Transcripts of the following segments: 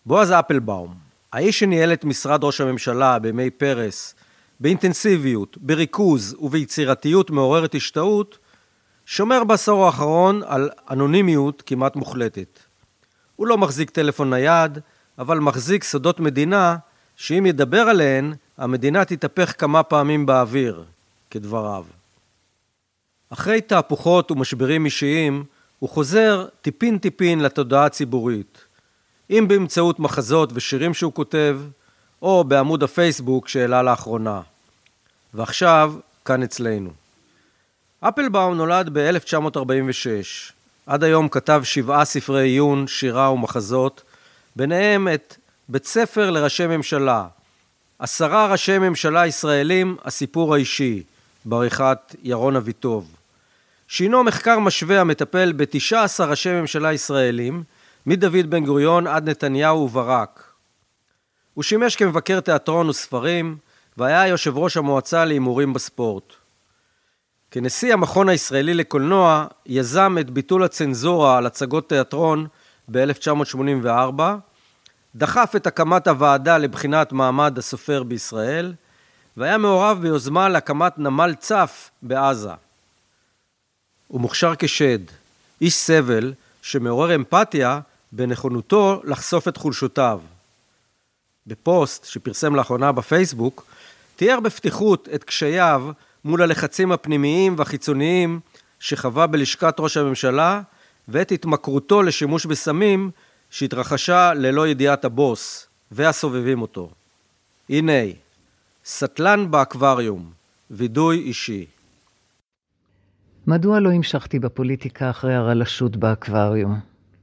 בועז אפלבאום, האיש שניהל את משרד ראש הממשלה בימי פרס, באינטנסיביות, בריכוז וביצירתיות מעוררת השתאות, שומר בעשור האחרון על אנונימיות כמעט מוחלטת. הוא לא מחזיק טלפון נייד, אבל מחזיק סודות מדינה, שאם ידבר עליהן, המדינה תתהפך כמה פעמים באוויר, כדבריו. אחרי תהפוכות ומשברים אישיים, הוא חוזר טיפין לתודעה הציבורית, אם באמצעות מחזות ושירים שהוא כותב, או בעמוד הפייסבוק שהעלה לאחרונה. ועכשיו, כאן אצלנו. אפלבאום נולד ב-1946. עד היום כתב 7 ספרי עיון, שירה ומחזות, ביניהם את בית ספר לראשי ממשלה, 10 ראשי ממשלה ישראלים, הסיפור האישי, בעריכת ירון אביטוב. שינו מחקר משווה המטפל ב-19 ראשי ממשלה ישראלים, מדוד בן גוריון עד נתניהו וברק. הוא שימש כמבקר תיאטרון וספרים, והיה יושב ראש המועצה להימורים בספורט. כנשיא המכון הישראלי לקולנוע, יזם את ביטול הצנזורה על הצגות תיאטרון ב-1984, דחף את הקמת הוועדה לבחינת מעמד הסופר בישראל, והיה מעורב ביוזמה להקמת נמל צף בעזה. הוא מוכשר כשד, איש סבל שמעורר אמפתיה בנכונותו לחשוף את חולשותיו. בפוסט שפרסם לאחרונה בפייסבוק, תיאר בפתיחות את קשייו מול הלחצים הפנימיים והחיצוניים שחווה בלשכת ראש הממשלה, ואת התמכרותו לשימוש בסמים שהתרחשה ללא ידיעת הבוס והסובבים אותו. הנה, סטלן באקווריום, וידוי אישי. מדוע לא המשכתי בפוליטיקה אחרי הרלשות באקווריום?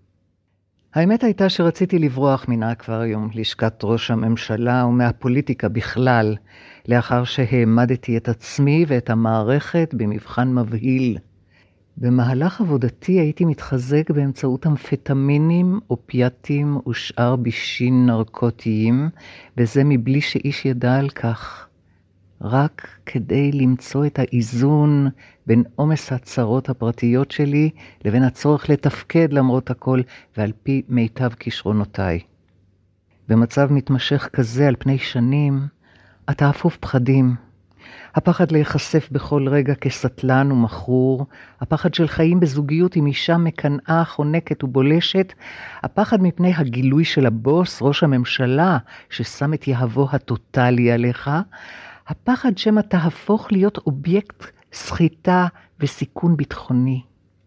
האמת הייתה שרציתי לברוח מן האקווריום, לשכת ראש הממשלה ומהפוליטיקה בכלל, לאחר שהעמדתי את עצמי ואת המערכת במבחן מבהיל. במהלך עבודתי הייתי מתחזק באמצעות אמפטמינים, אופיאטים ושאר בישים נרקוטיים, וזה מבלי שאיש ידע על כך. רק כדי למצוא את האיזון בין עומס הצרות הפרטיות שלי לבין הצורך לתפקד למרות הכל ועל פי מיטב כישרונותיי. במצב מתמשך כזה על פני שנים, אתה אפוף פחדים. הפחד להיחשף בכל רגע כסטלן ומחרור, הפחד של חיים בזוגיות עם אישה מקנאה, חונקת ובולשת, הפחד מפני הגילוי של הבוס, ראש הממשלה, ששם את יהבו הטוטלי עליך, הפחד שמה תהפוך להיות אובייקט סחיטה וסיכון ביטחוני.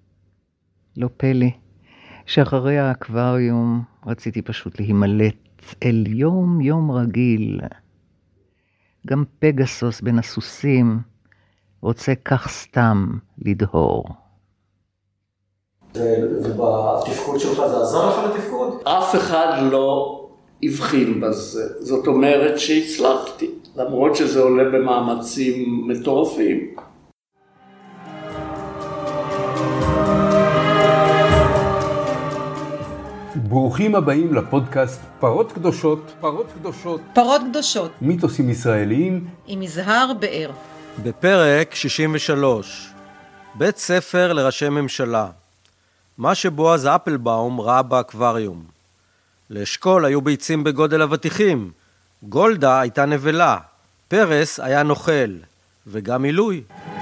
לא פלא שאחרי האקווריום רציתי פשוט להימלט אל יום רגיל. גם פגסוס בין הסוסים רוצה כך סתם לדהור. ובתפקוד שלך זה עזר לך לתפקוד? אף אחד לא הבחין בזה. זאת אומרת שהצלחתי, למרות שזה עולה במאמצים מטורפים. ברוכים הבאים לפודקאסט פרות קדושות. פרות קדושות. מיתוסים ישראליים. עם יזהר באר. בפרק 63. בית ספר לראשי ממשלה. מה שבועז אפלבאום ראה באקווריום. לאשכול היו ביצים בגודל אבטיחים. גולדה הייתה נבלה. פרס היה נוכל. וגם עילוי.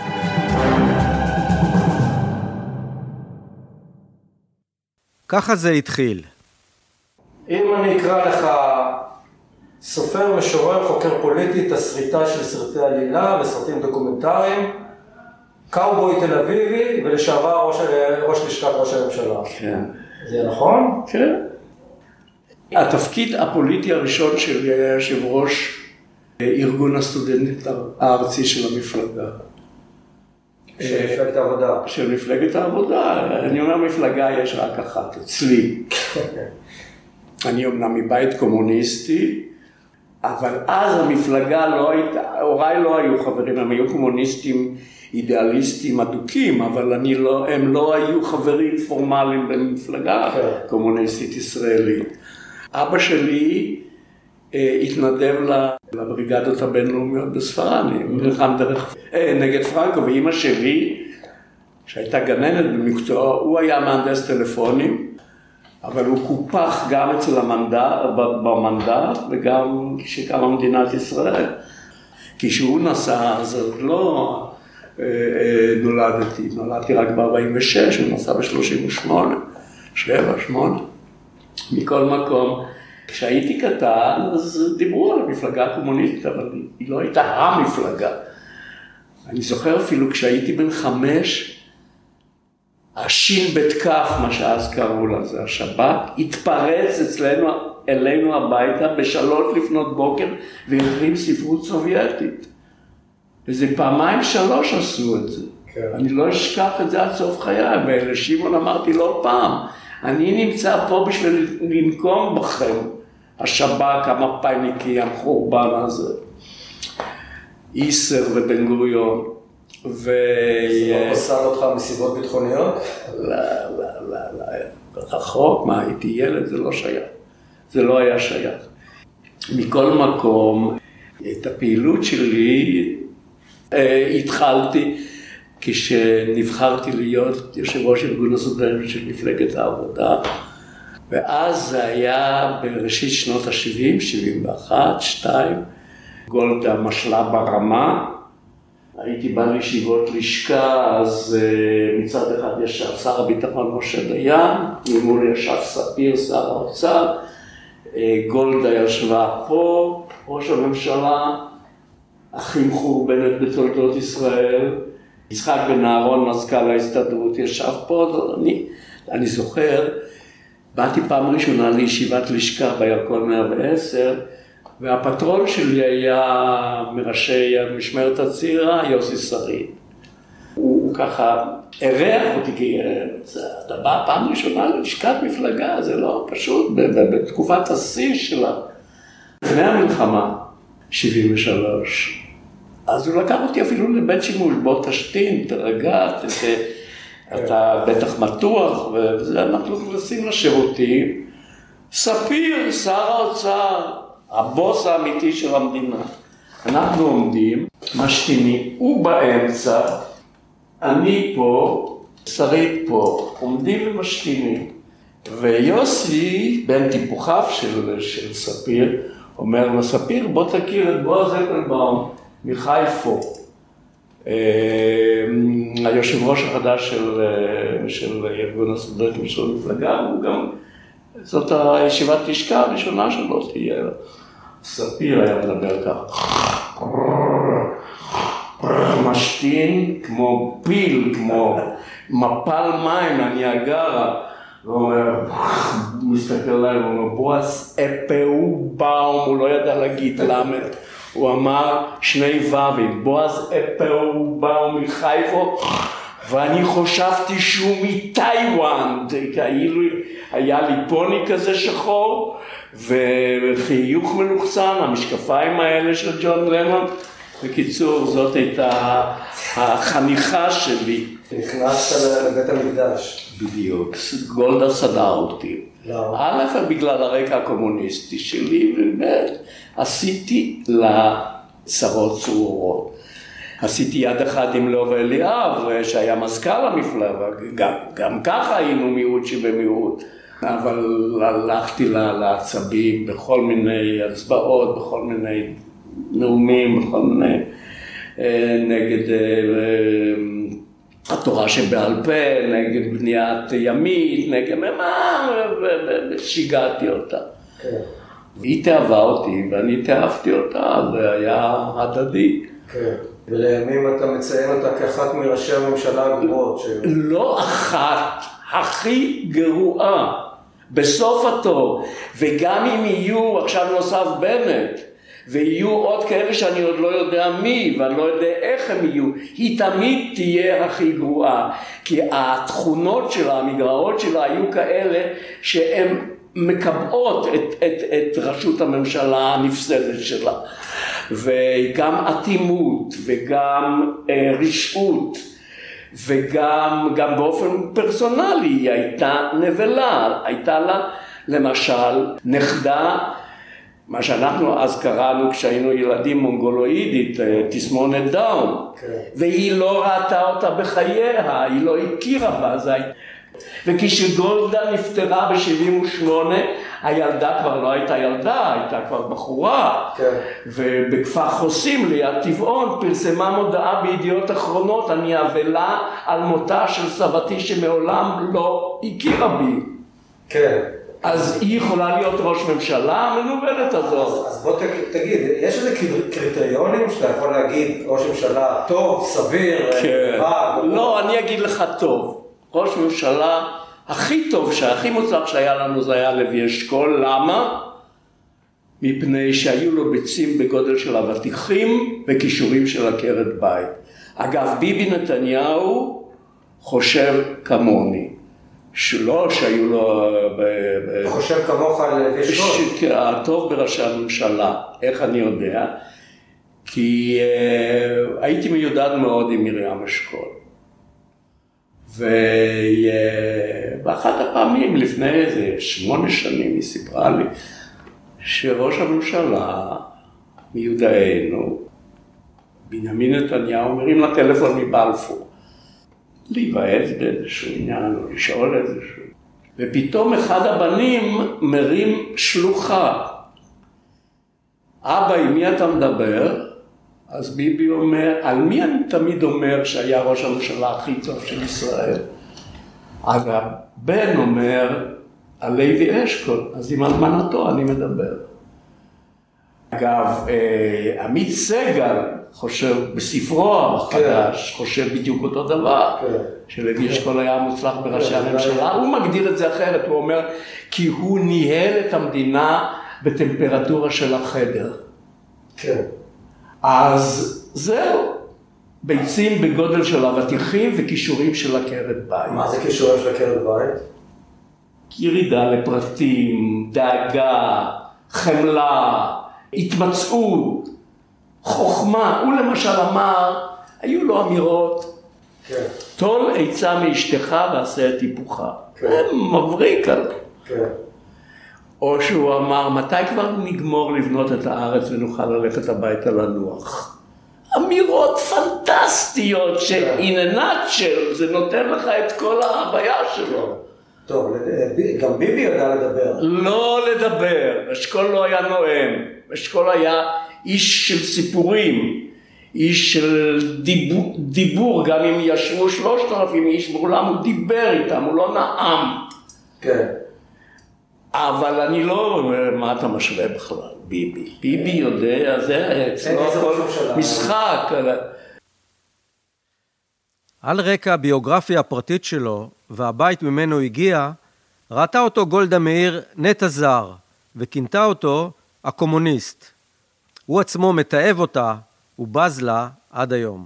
ככה זה התחיל. אם אני אקרא לך סופר, משורר, חוקר פוליטי, תסריטה של סרטי עלילה וסרטים דוקומנטריים, קאובוי תל אביבי ולשעבר ראש לשכת ראש הממשלה. כן. זה נכון? כן. התפקיד הפוליטי הראשון שלי היה יושב ראש ארגון הסטודנטית הארצי של המפלגה. של מפלגת העבודה. של מפלגת העבודה. אני אומר מפלגה יש רק אחת, אצלי. אני אומנם מבית קומוניסטי, אבל אז המפלגה לא הייתה, הוריי לא היו חברים, הם היו קומוניסטים אידיאליסטים אדוקים, אבל הם לא היו חברים פורמליים במפלגה קומוניסטית ישראלית. אבא שלי התנדב לבריגדות הבינלאומיות בספרד, נלחם נגד פרנקו, ואמא שלי, שהייתה גננת במקצוע, הוא היה מהנדס טלפונים, אבל הוא קופח גם אצל במנדט וגם כשקמה מדינת ישראל. כשהוא נסע, אז עוד לא נולדתי רק ב-46, הוא נסע ב-38, 7, 8. מכל מקום, כשהייתי קטן, אז דיברו על המפלגה הקומוניסטית, אבל היא לא הייתה המפלגה. אני זוכר אפילו כשהייתי בן 5, השין בית כף, מה שאז קראו לזה, השב"כ, התפרץ אלינו הביתה ב3 לפנות בוקר והחרים ספרות סובייטית. וזה 2-3 עשו את זה. כן. אני לא אשכח את זה עד סוף חיי, ולשמעון אמרתי לא פעם, אני נמצא פה בשביל לנקום בכם, השב"כ, המפא"יניקי, המחורבן הזה. איסר ובן גוריון. זה לא פסל אותך מסיבות ביטחוניות? לא, רחוק, מה, הייתי ילד, זה לא שייך. זה לא היה שייך. מכל מקום, את הפעילות שלי התחלתי כשנבחרתי להיות יושב ראש ארגון הסטודנטים של מפלגת העבודה, ואז זה היה בראשית שנות ה-70, 71, 2, גולדה משלה ברמה, הייתי בא לישיבות לשכה, אז מצד אחד ישב שר הביטחון משה דיין, ממול ישב ספיר, שר האוצר, גולדה ישבה פה, ראש הממשלה, הכי מחורבנת בתולדות ישראל, יצחק בן אהרון, מזכ"ל ההסתדרות, ישב פה, אני זוכר, באתי פעם ראשונה לישיבת לשכה בירקון 110, והפטרון שלי היה מראשי המשמרת הצעירה, יוסי שריד. הוא ככה ערך אותי, כי אתה בא פעם ראשונה ללשכת מפלגה, זה לא פשוט, בתקופת השיא שלה. לפני המלחמה, 73, אז הוא לקח אותי אפילו לבית שימוש, בוא תשתין, תרגע, אתה בטח מתוח, ואנחנו נכנסים לשירותים. ספיר, שר האוצר, הבוס האמיתי של המדינה. אנחנו עומדים, משתינים, הוא באמצע, אני פה, שריד פה, עומדים ומשתינים. ויוסי, בן טיפוחיו של ספיר, אומר לו, ספיר, בוא תכיר את בועז אפלבאום מחיפה. היושב ראש החדש של ארגון הסטודנטים של המפלגה, הוא גם, זאת הישיבת לשכה הראשונה שלו תהיה. ספיר היה מדבר כך, משתין כמו פיל, כמו מפל מים, הניאגרה, הוא מסתכל עליהם, הוא אומר, בועז אפלבאום, הוא לא ידע להגיד למד, הוא אמר 2 ו"ים, בועז אפלבאום מחיפה, ואני חשבתי שהוא מטייוואן, כאילו היה לי פוני כזה שחור, וחיוך מלוחצן, המשקפיים האלה של ג'ון לנון. בקיצור, זאת הייתה החניכה שלי. נכנסת לבית המקדש. בדיוק, גולדה סדר אותי. א', בגלל הרקע הקומוניסטי שלי, וב', עשיתי לה צרות צרורות. עשיתי יד אחד עם לוב אליאב, שהיה מזכ"ל המפלגה, גם ככה היינו מיעוט שבמיעוט. אבל הלכתי לעצבים בכל מיני הצבעות, בכל מיני נאומים, בכל מיני נגד התורה שבעל פה, נגד בניית ימית, נגד מה, ושיגעתי אותה. היא תאהבה אותי ואני תאהבתי אותה, זה היה הדדי. ולימים אתה מציין אותה כאחת מראשי הממשלה הגרועות. לא אחת, הכי גרועה. בסוף התור, וגם אם יהיו, עכשיו נוסף בנט, ויהיו עוד כאלה שאני עוד לא יודע מי, ואני לא יודע איך הם יהיו, היא תמיד תהיה הכי גרועה, כי התכונות שלה, המגרעות שלה, היו כאלה שהן מקבעות את ראשות הממשלה הנפסדת שלה, וגם אטימות, וגם רשעות, וגם באופן פרסונלי היא הייתה נבלה, הייתה לה למשל נכדה, מה שאנחנו אז קראנו כשהיינו ילדים מונגולואידית, תסמונת דאון, והיא לא ראתה אותה בחייה, היא לא הכירה בה, וכשגולדה נפטרה ב-78, הילדה כבר לא הייתה ילדה, הייתה כבר בחורה. כן. ובכפר חוסים ליד טבעון פרסמה מודעה בידיעות אחרונות, אני אבלה על מותה של סבתי שמעולם לא הכירה בי. כן. אז היא יכולה להיות ראש ממשלה המנוולת הזאת. אז בוא תגיד, יש איזה קריטריונים שאתה יכול להגיד ראש ממשלה טוב, סביר, רע? לא, אני אגיד לך טוב. ראש ממשלה הכי טוב, הכי מוצלח שהיה לנו זה היה לוי אשכול. למה? מפני שהיו לו ביצים בגודל של אבטיחים וכישורים של עקרת בית. אגב, ביבי נתניהו חושב כמוני. שלא שהיו לו... חושב כמוך על לוי אשכול? הטוב בראשי הממשלה. איך אני יודע? כי הייתי מיודד מאוד עם מרים אשכול. ובאחת הפעמים לפני איזה 8 שנים היא סיפרה לי שראש הממשלה מיודענו, בנימין נתניהו, מרים לטלפון מבלפור, להיוועץ באיזשהו עניין או לשאול איזשהו. ופתאום אחד הבנים מרים שלוחה. אבא, עם מי אתה מדבר? אז ביבי אומר, על מי אני תמיד אומר שהיה ראש הממשלה הכי טוב של ישראל? אז הבן אומר, על לוי אשכול, אז עם אלמנתו אני מדבר. אגב, עמית סגל חושב, בספרו החדש, חושב בדיוק אותו דבר, שלוי אשכול היה מוצלח בראשי הממשלה, הוא מגדיר את זה אחרת, הוא אומר, כי הוא ניהל את המדינה בטמפרטורה של החדר. כן. אז זהו, ביצים בגודל של אבטיחים וכישורים של עקרת בית. מה זה כישורים של עקרת בית? ירידה לפרטים, דאגה, חמלה, התמצאות, חוכמה. הוא למשל אמר, היו לו אמירות, כן. טול עצה מאשתך ועשה את היפוכה. כן. מבריק על זה. כן. או שהוא אמר, מתי כבר נגמור לבנות את הארץ ונוכל ללכת הביתה לנוח? אמירות פנטסטיות ש-in a nutshell, זה נותן לך את כל ההוויה שלו. טוב, גם ביבי ידע לדבר. לא לדבר, אשכול לא היה נואם, אשכול היה איש של סיפורים, איש של דיבור, גם אם ישבו 3,000 איש באולם, הוא דיבר איתם, הוא לא נאם. כן. אבל אני לא, מה אתה משווה בכלל, ביבי. ביבי יודע, זה אצלו משחק. על רקע הביוגרפיה הפרטית שלו והבית ממנו הגיע, ראתה אותו גולדה מאיר נטע זר, וכינתה אותו הקומוניסט. הוא עצמו מתאהב אותה ובז לה עד היום.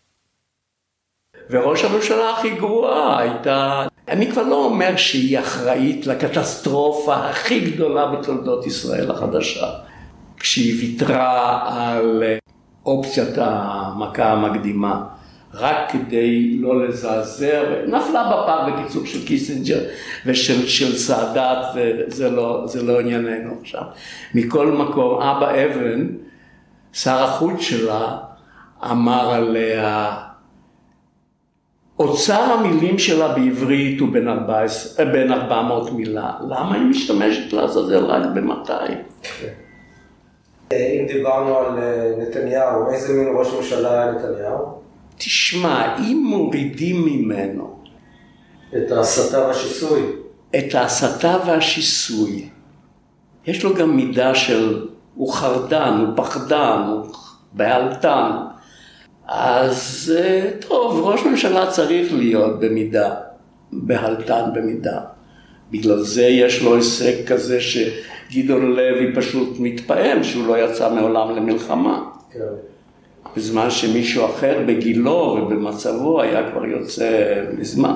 וראש הממשלה הכי גרועה הייתה, אני כבר לא אומר שהיא אחראית לקטסטרופה הכי גדולה בתולדות ישראל החדשה. כשהיא ויתרה על אופציית המכה המקדימה, רק כדי לא לזעזע, נפלה בפער בקיצור של קיסינג'ר ושל סאדאת, וזה לא ענייננו עכשיו. מכל מקום, אבא אבן, שר החוץ שלה, אמר עליה, אוצר המילים שלה בעברית הוא בין 400 מילה. למה היא משתמשת לעזאזל רק ב-200? אם דיברנו על נתניהו, איזה מין ראש ממשלה היה נתניהו? תשמע, אם מורידים ממנו את ההסתה והשיסוי. את ההסתה והשיסוי. יש לו גם מידה של, הוא חרדן, הוא פחדן, הוא בהלתן. אז טוב, ראש ממשלה צריך להיות במידה, בהלתן במידה. בגלל זה יש לו הישג כזה שגדעון לוי פשוט מתפעם שהוא לא יצא מעולם למלחמה. כן. בזמן שמישהו אחר בגילו ובמצבו היה כבר יוצא מזמן.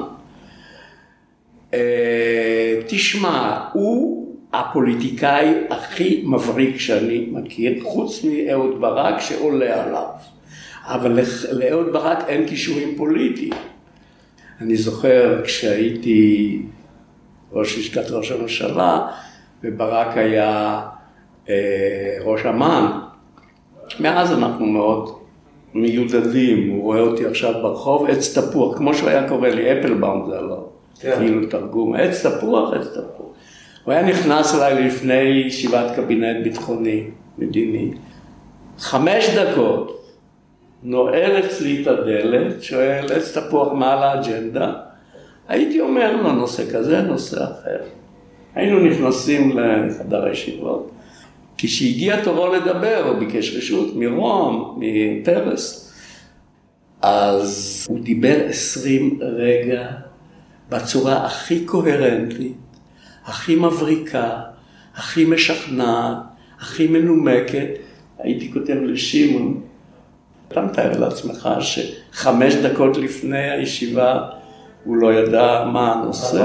תשמע, הוא הפוליטיקאי הכי מבריק שאני מכיר, חוץ מאהוד ברק שעולה עליו. אבל לאהוד ברק אין קישורים פוליטיים. אני זוכר כשהייתי ראש לשכת ראש הממשלה, וברק היה ראש אמ"ן, מאז אנחנו מאוד מיודדים, הוא רואה אותי עכשיו ברחוב, עץ תפוח, כמו שהוא היה קורא לי, אפלבאום זה לא. כאילו תרגום, עץ תפוח, עץ תפוח. הוא היה נכנס אליי לפני ישיבת קבינט ביטחוני, מדיני. 5 דקות, נועל אצלי את הדלת, שואל עץ תפוח מעל האג'נדה, הייתי אומר לו נושא כזה, נושא אחר. היינו נכנסים לחדר הישיבות. כשהגיע תורו לדבר, הוא ביקש רשות מרום, מפרס, אז הוא דיבר 20 רגע בצורה הכי קוהרנטית, הכי מבריקה, הכי משכנעת, הכי מנומקת. הייתי כותב לשמעון, אתה מתאר לעצמך ש5 דקות לפני הישיבה הוא לא ידע מה הנושא.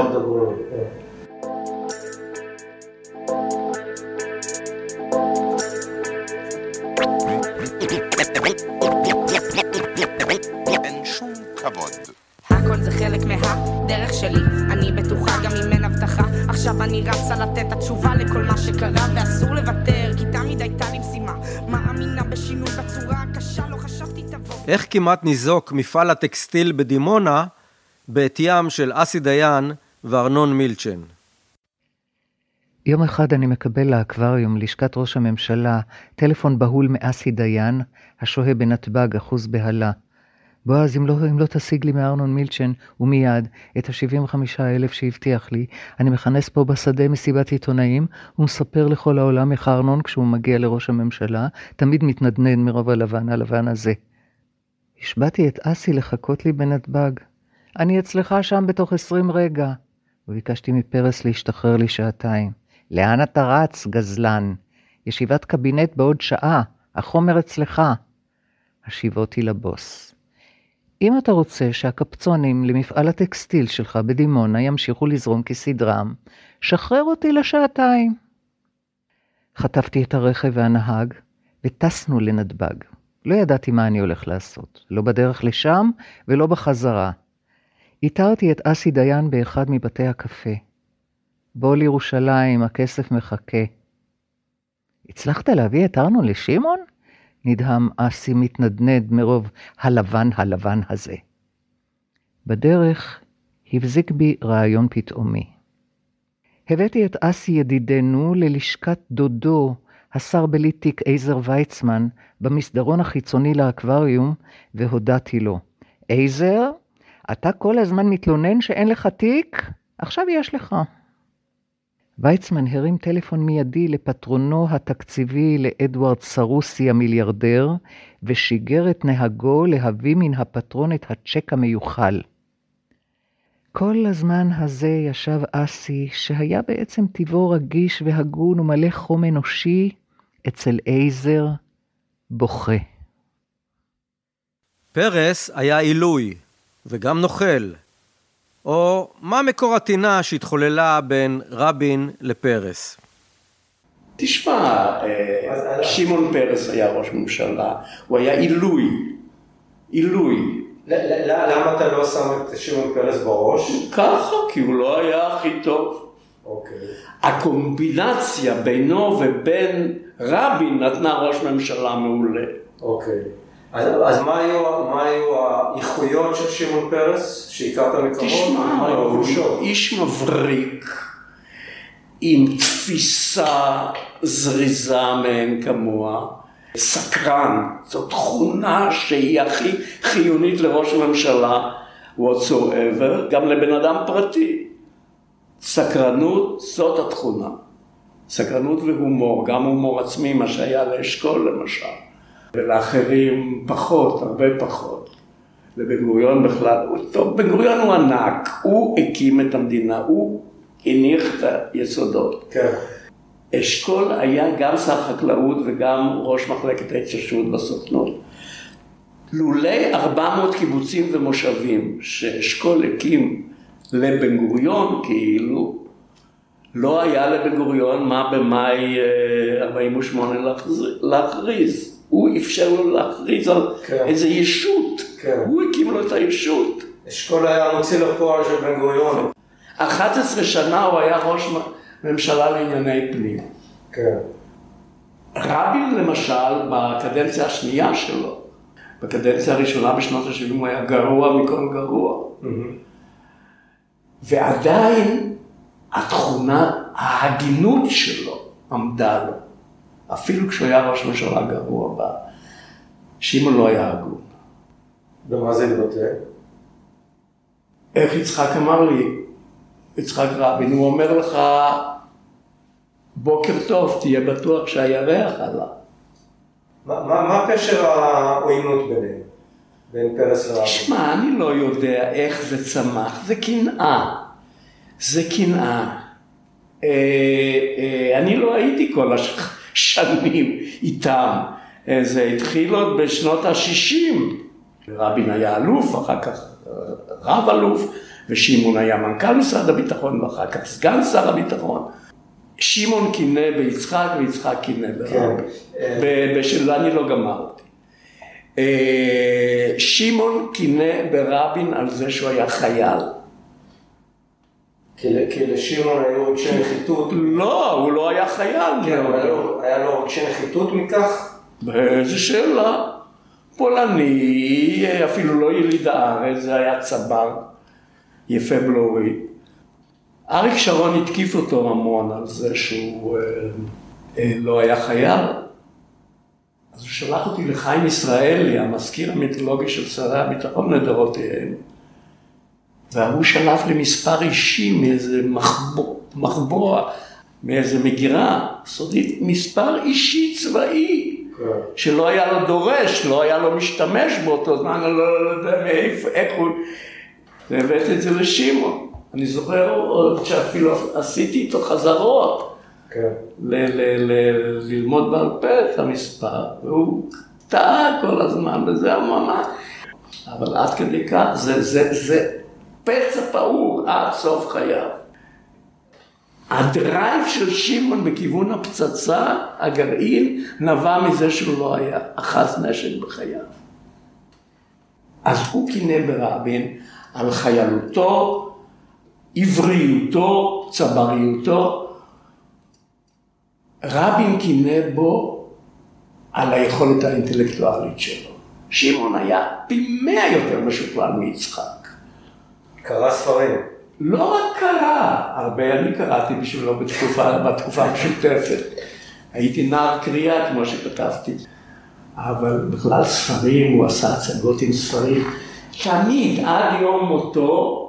הכל זה חלק מהדרך שלי, אני בטוחה גם אם אין הבטחה. עכשיו אני רצה לתת התשובה לכל מה שקרה, ואסור לוותר, כי תמיד הייתה לי משימה. מאמינה בשינוי בצורה הקשה, לא חשבתי תבוא. איך כמעט ניזוק מפעל הטקסטיל בדימונה בעטיים של אסי דיין וארנון מילצ'ן? יום אחד אני מקבל לאקווריום, לשכת ראש הממשלה, טלפון בהול מאסי דיין, השוהה בנתב"ג, אחוז בהלה. בועז, אם לא תשיג לי מארנון מילצ'ן, ומיד את ה-75,000 שהבטיח לי, אני מכנס פה בשדה מסיבת עיתונאים, ומספר לכל העולם איך ארנון, כשהוא מגיע לראש הממשלה, תמיד מתנדנד מרוב הלבן הזה. השבעתי את אסי לחכות לי בנתב"ג. אני אצלך שם בתוך 20 רגע. וביקשתי מפרס להשתחרר לי 2 שעות. לאן אתה רץ, גזלן? ישיבת קבינט בעוד שעה, החומר אצלך. השיב אותי לבוס. אם אתה רוצה שהקפצונים למפעל הטקסטיל שלך בדימונה ימשיכו לזרום כסדרם, שחרר אותי ל2 שעות. חטפתי את הרכב והנהג וטסנו לנתב"ג. לא ידעתי מה אני הולך לעשות, לא בדרך לשם ולא בחזרה. איתרתי את אסי דיין באחד מבתי הקפה. בוא לירושלים, הכסף מחכה. הצלחת להביא את ארנון לשמעון? נדהם אסי מתנדנד מרוב הלבן הזה. בדרך הבזיק בי רעיון פתאומי. הבאתי את אסי ידידנו ללשכת דודו, השר בלי תיק עזר ויצמן, במסדרון החיצוני לאקווריום, והודעתי לו, עזר, אתה כל הזמן מתלונן שאין לך תיק? עכשיו יש לך. ויצמן הרים טלפון מיידי לפטרונו התקציבי לאדוארד סרוסי המיליארדר, ושיגר את נהגו להביא מן הפטרון את הצ'ק המיוחל. כל הזמן הזה ישב אסי, שהיה בעצם טבעו רגיש והגון ומלא חום אנושי, אצל עזר בוכה. פרס היה עילוי, וגם נוכל. או מה מקור הטינה שהתחוללה בין רבין לפרס? תשמע, שמעון פרס היה ראש ממשלה, הוא היה עילוי. למה אתה לא שם את שמעון פרס בראש? ככה, כי הוא לא היה הכי טוב. אוקיי. הקומבינציה בינו ובין רבין נתנה ראש ממשלה מעולה. אוקיי. אז מה היו האיכויות של שמעון פרס שהכרת מקרוב? תשמע, הוא איש מבריק, עם תפיסה זריזה מאין כמוה, סקרן, זו תכונה שהיא הכי חיונית לראש הממשלה, whatsoever, גם לבן אדם פרטי. סקרנות, זאת התכונה. סקרנות והומור, גם הומור עצמי, מה שהיה לאשכול למשל. ולאחרים פחות, הרבה פחות. לבן גוריון בכלל, טוב, בן גוריון הוא ענק, הוא הקים את המדינה, הוא הניח את היסודות. כן. אשכול היה גם שר חקלאות וגם ראש מחלקת ההתיישבות בסוכנות. לולי 400 קיבוצים ומושבים שאשכול הקים לבן גוריון, כאילו, לא היה לבן גוריון מה במאי 48 להכריז. הוא אפשר לו להכריז על איזה ישות. הוא הקים לו את הישות. אשכול היה מוציא לפועל של בן גוריון. 11 שנה הוא היה ראש ממשלה לענייני פנים. רבין למשל, בקדנציה השנייה שלו, בקדנציה הראשונה בשנות ה-70 הוא היה גרוע מכל גרוע. ועדיין התכונה, ההגינות שלו עמדה לו. אפילו כשהוא היה ראש ממשלה גרוע בה, שמעון לא היה הגון. ומה זה התבטא? איך יצחק אמר לי, יצחק רבין, הוא אומר לך, בוקר טוב, תהיה בטוח שהירח עלה. מה פשר העוינות ביניהם? בין פרס לרבין? תשמע, אני לא יודע איך זה צמח, זה קנאה. זה קנאה. אני לא הייתי כל השנים איתם. זה התחיל עוד בשנות ה-60. רבין היה אלוף, אחר כך רב אלוף, ושמעון היה מנכ"ל משרד הביטחון, ואחר כך סגן שר הביטחון. שמעון קינא ביצחק, ויצחק קינא ברבין. בשביל אני לא גמרתי. שמעון קינא ברבין על זה שהוא היה חייל. כי לשמעון היו רגשי נחיתות. לא, הוא לא היה חייל. כן, אבל היה לו רגשי נחיתות מכך? באיזה שאלה. פולני, אפילו לא יליד הארץ, זה היה צבר יפה בלורי. אריק שרון התקיף אותו המון על זה שהוא לא היה חייל. אז הוא שלח אותי לחיים ישראלי, המזכיר המיתולוגי של שרי הביטחון לדורותיהם. והוא שלף לי מספר אישי מאיזה מחבוע, מאיזה מגירה סודית, מספר אישי צבאי. שלא היה לו דורש, לא היה לו משתמש באותו זמן, אני לא יודע מאיפה, איך הוא... והבאתי את זה לשמעון. אני זוכר עוד שאפילו עשיתי איתו חזרות, ללמוד בעל פה את המספר, והוא טעה כל הזמן, וזה הממה. אבל עד כדי כך, זה פצע פעור עד סוף חייו. הדרייב של שמעון בכיוון הפצצה, הגרעין, נבע מזה שהוא לא היה אחז נשק בחייו. אז הוא קינא ברבין על חיילותו, עבריותו, צבריותו. רבין קינא בו על היכולת האינטלקטואלית שלו. שמעון היה פי 100 יותר משוכלל מיצחק. קרא ספרים. לא רק קרא, הרבה אני קראתי בשבילו בתקופה המשותפת. הייתי נער קריאה כמו שכתבתי. אבל בכלל ספרים, הוא עשה הצגות עם ספרים. תמיד עד יום מותו,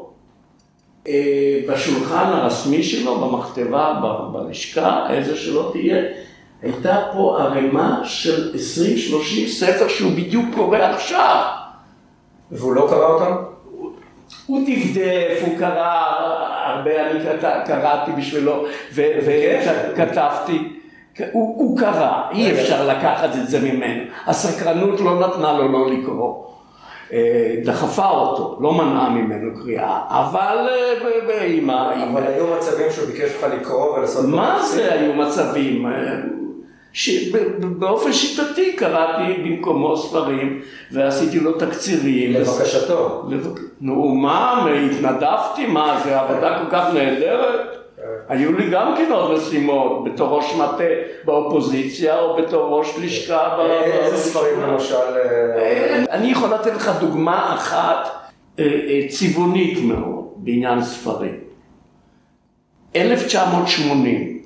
בשולחן הרשמי שלו, במכתבה, בלשכה, איזה שלא תהיה, הייתה פה ערימה של 20-30 ספר שהוא בדיוק קורא עכשיו. והוא לא קרא אותם? הוא דפדף, הוא קרא, הרבה אני קראתי בשבילו וכתבתי. הוא קרא, אי אפשר לקחת את זה ממנו. הסקרנות לא נתנה לו לא לקרוא. דחפה אותו, לא מנעה ממנו קריאה, אבל אבל היו מצבים שהוא ביקש לך לקרוא ולעשות... מה זה היו מצבים? באופן שיטתי קראתי במקומו ספרים ועשיתי לו תקצירים. לבקשתו. נו, מה? התנדבתי? מה? זה עבודה כל כך נהדרת? היו לי גם כן עוד משימות, בתור ראש מטה באופוזיציה או בתור ראש לשכה. איזה ספרים למשל? אני יכול לתת לך דוגמה אחת צבעונית מאוד בעניין ספרים. 1980,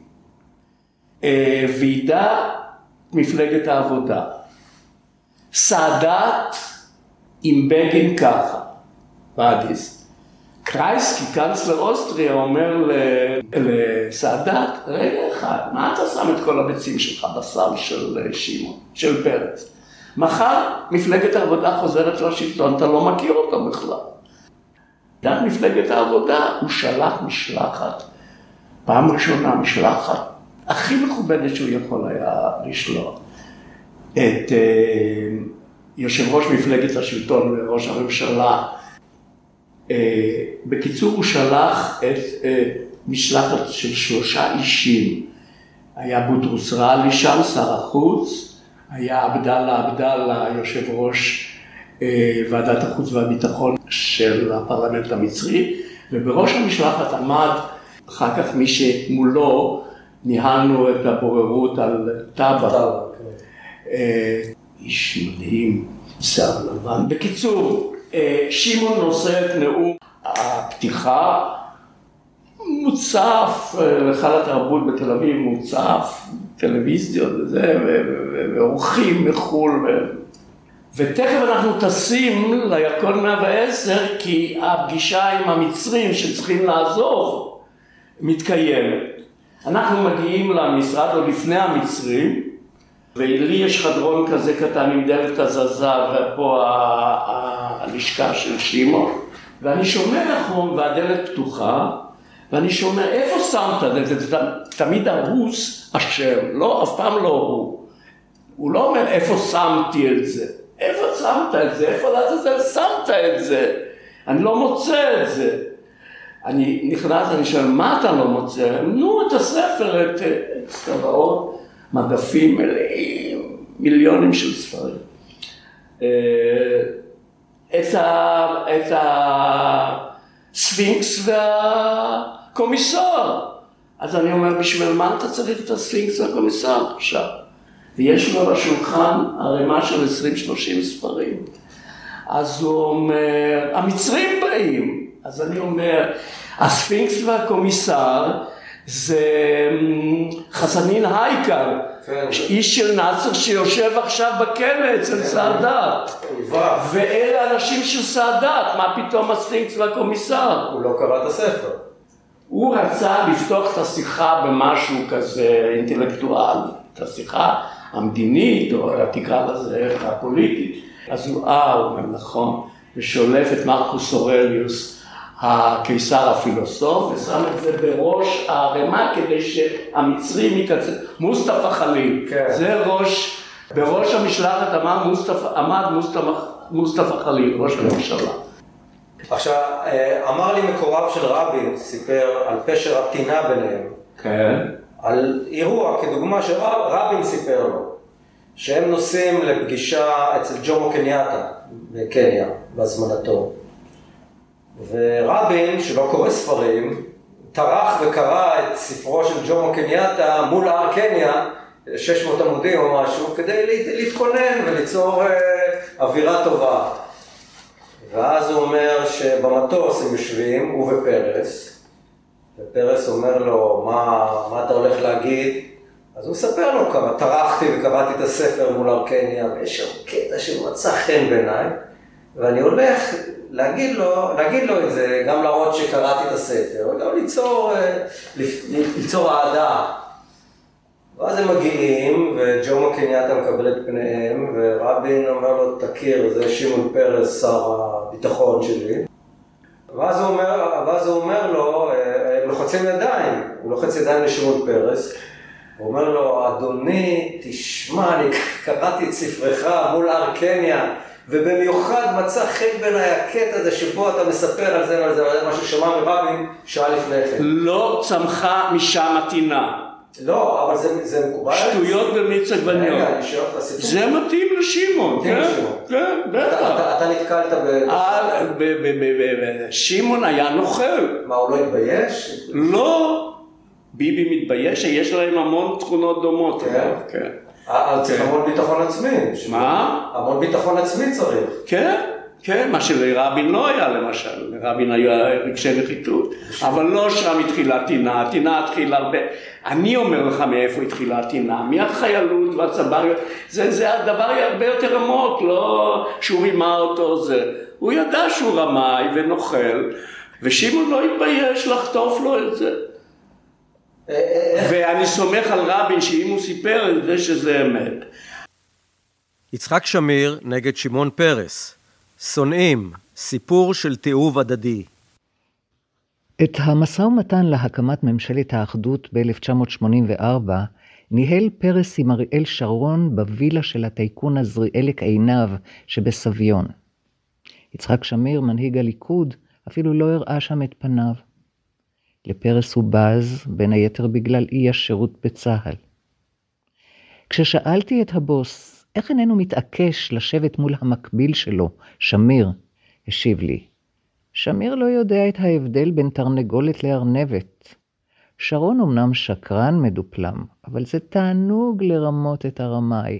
ועידה מפלגת העבודה. סאדאת עם בגין ככה, באדיס. קרייסקי, קנצלר אוסטריה, אומר לסאדאת, רגע אחד, מה אתה שם את כל הביצים שלך בסל של שמעון, של פרץ? מחר מפלגת העבודה חוזרת לשלטון, אתה לא מכיר אותו בכלל. דעת מפלגת העבודה, הוא שלח משלחת, פעם ראשונה משלחת, הכי מכובדת שהוא יכול היה לשלוח, את יושב ראש מפלגת השלטון וראש הממשלה. בקיצור הוא שלח את משלחת של 3 אישים. היה בוטרוס רעלי שם, שר החוץ, היה עבדאללה, יושב ראש ועדת החוץ והביטחון של הפרלמנט המצרי, ובראש המשלחת עמד אחר כך מי שמולו ניהלנו את הבוררות על טאבה. איש מדהים, שיער לבן. בקיצור, שמעון נושא את נאום הפתיחה מוצף, לחל התרבות בתל אביב מוצף, טלוויזיות וזה, ואורחים מחול. ותכף אנחנו טסים לירקון 110, כי הפגישה עם המצרים שצריכים לעזוב מתקיימת. אנחנו מגיעים למשרד עוד לפני המצרים, ולי יש חדרון כזה קטן עם דלת הזזה, ופה הלשכה של שמעון, ואני שומע חום והדלת פתוחה, ואני שומע, איפה שמת? זה תמיד הרוס אשר, לא, אף פעם לא הוא. הוא לא אומר, איפה שמתי את זה? איפה שמת את זה? איפה שמת את זה? אני לא מוצא את זה. אני נכנס, אני שואל, מה אתה לא מוצא? נו, את הספר, את צבאות, מדפים מלאים, מיליונים של ספרים. את הספינקס והקומיסר. אז אני אומר, בשביל מה אתה צריך את הספינקס והקומיסר עכשיו? ויש לו בשולחן ערימה של 20-30 ספרים. אז הוא אומר, המצרים באים. אז אני אומר, הספינקס והקומיסר זה חסנין הייקר, איש של נאצר שיושב עכשיו בכלא אצל סאדאת. ואלה אנשים של סאדאת, מה פתאום הספינקס והקומיסר? הוא לא קרא את הספר. הוא רצה לפתוח את השיחה במשהו כזה אינטלקטואלי, את השיחה המדינית, או תקרא לזה הפוליטית. אז הוא אומר נכון, ושולף את מרקוס אורליוס, הקיסר הפילוסוף, ושם את זה בראש הערימה כדי שהמצרים יקצר. מוסטפא חליל, זה בראש המשלחת עמד מוסטפא חליל, ראש הממשלה. עכשיו, אמר לי מקורב של רבין, סיפר על פשר הטינה ביניהם. כן. על אירוע, כדוגמה שרבין סיפר לו, שהם נוסעים לפגישה אצל ג'ומו קניאטה בקניה, בהזמנתו. ורבין, שלא קורא ספרים, טרח וקרא את ספרו של ג'ומו קניאטה מול הר קניה, 600 עמודים או משהו, כדי להתכונן וליצור אווירה טובה. ואז הוא אומר שבמטוס הם יושבים, הוא ופרס, ופרס אומר לו, מה אתה הולך להגיד? אז הוא מספר לו כמה, טרחתי וקראתי את הספר מול הר קניה, ויש שם קטע שמצא חן בעיניי, ואני הולך להגיד לו את זה, גם להראות שקראתי את הספר, וגם ליצור אהדה. ואז הם מגיעים, וג'ומו קניאטה מקבל את פניהם, ורבין אומר לו, תכיר, זה שמעון פרס, שר הביטחון שלי. ואז הוא אומר לו, הם לוחצים ידיים, הוא לוחץ ידיים לשמעון פרס, הוא אומר לו, אדוני, תשמע, אני קראתי את ספרך מול הר קניה, ובמיוחד מצא חן בעיניי הקטע הזה שבו אתה מספר על זה ועל זה, מה ששמע מרבין שעה לפני כן. לא צמחה משם הטינה. לא, אבל זה מקובל. שטויות במיץ עגבניות. זה מתאים לשמעון, כן? כן, בטח. אתה נתקלת שמעון היה נוכל. מה, הוא לא התבייש? לא. ביבי מתבייש שיש להם המון תכונות דומות. כן. צריך המון ביטחון עצמי. מה? המון ביטחון עצמי צריך. כן, כן, מה שלרבין לא היה למשל, לרבין היה רגשי נחיתות, אבל לא שם התחילה טינה, הטינה התחילה הרבה, אני אומר לך מאיפה התחילה הטינה, מהחיילות והצבריות, זה הדבר הרבה יותר עמוק, לא שהוא רימה אותו, הוא ידע שהוא רמאי ונוכל, ושמעון לא התבייש לחטוף לו את זה. ואני סומך על רבין שאם הוא סיפר את זה שזה אמת. יצחק שמיר נגד שמעון פרס. שונאים, סיפור של תיעוב הדדי. את המשא ומתן להקמת ממשלת האחדות ב-1984 ניהל פרס עם אריאל שרון בווילה של הטייקון עזריאל עינב שבסביון. יצחק שמיר, מנהיג הליכוד, אפילו לא הראה שם את פניו. לפרס הוא בז, בין היתר בגלל אי השירות בצהל. כששאלתי את הבוס, איך איננו מתעקש לשבת מול המקביל שלו, שמיר, השיב לי, שמיר לא יודע את ההבדל בין תרנגולת לארנבת. שרון אמנם שקרן מדופלם, אבל זה תענוג לרמות את הרמאי.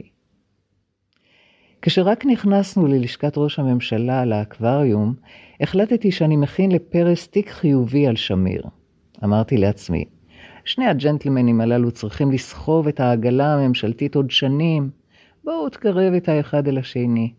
כשרק נכנסנו ללשכת ראש הממשלה על האקווריום, החלטתי שאני מכין לפרס תיק חיובי על שמיר. אמרתי לעצמי, שני הג'נטלמנים הללו צריכים לסחוב את העגלה הממשלתית עוד שנים, בואו תקרב את האחד אל השני.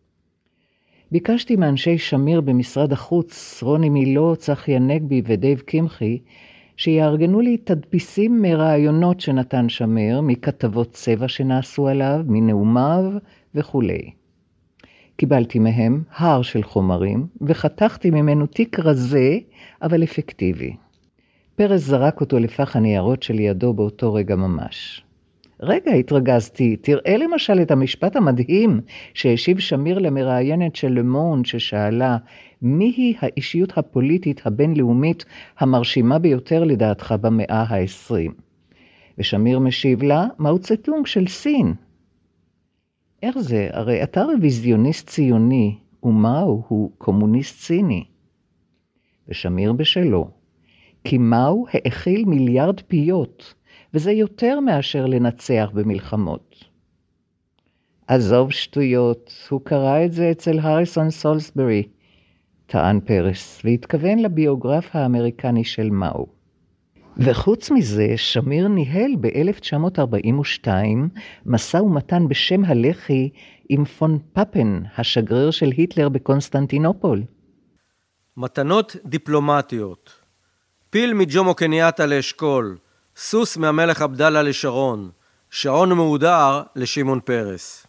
ביקשתי מאנשי שמיר במשרד החוץ, רוני מילו, צחי הנגבי ודייב קמחי, שיארגנו לי תדפיסים מרעיונות שנתן שמיר, מכתבות צבע שנעשו עליו, מנאומיו וכו'. קיבלתי מהם הר של חומרים, וחתכתי ממנו תיק רזה, אבל אפקטיבי. פרס זרק אותו לפח הניירות שלידו באותו רגע ממש. רגע, התרגזתי, תראה למשל את המשפט המדהים שהשיב שמיר למראיינת של למון ששאלה, מיהי האישיות הפוליטית הבינלאומית המרשימה ביותר לדעתך במאה ה-20? ושמיר משיב לה, מאו צטונג של סין. איך זה? הרי אתה רוויזיוניסט ציוני, ומאו הוא קומוניסט ציני. ושמיר בשלו, כי מאו האכיל מיליארד פיות, וזה יותר מאשר לנצח במלחמות. עזוב שטויות, הוא קרא את זה אצל הריסון סולסברי, טען פרס, והתכוון לביוגרף האמריקני של מאו. וחוץ מזה, שמיר ניהל ב-1942 משא ומתן בשם הלח"י עם פון פאפן, השגריר של היטלר בקונסטנטינופול. מתנות דיפלומטיות. פיל מג'ומו קניאטה לאשכול, סוס מהמלך עבדאללה לשרון, שעון מהודר לשמעון פרס.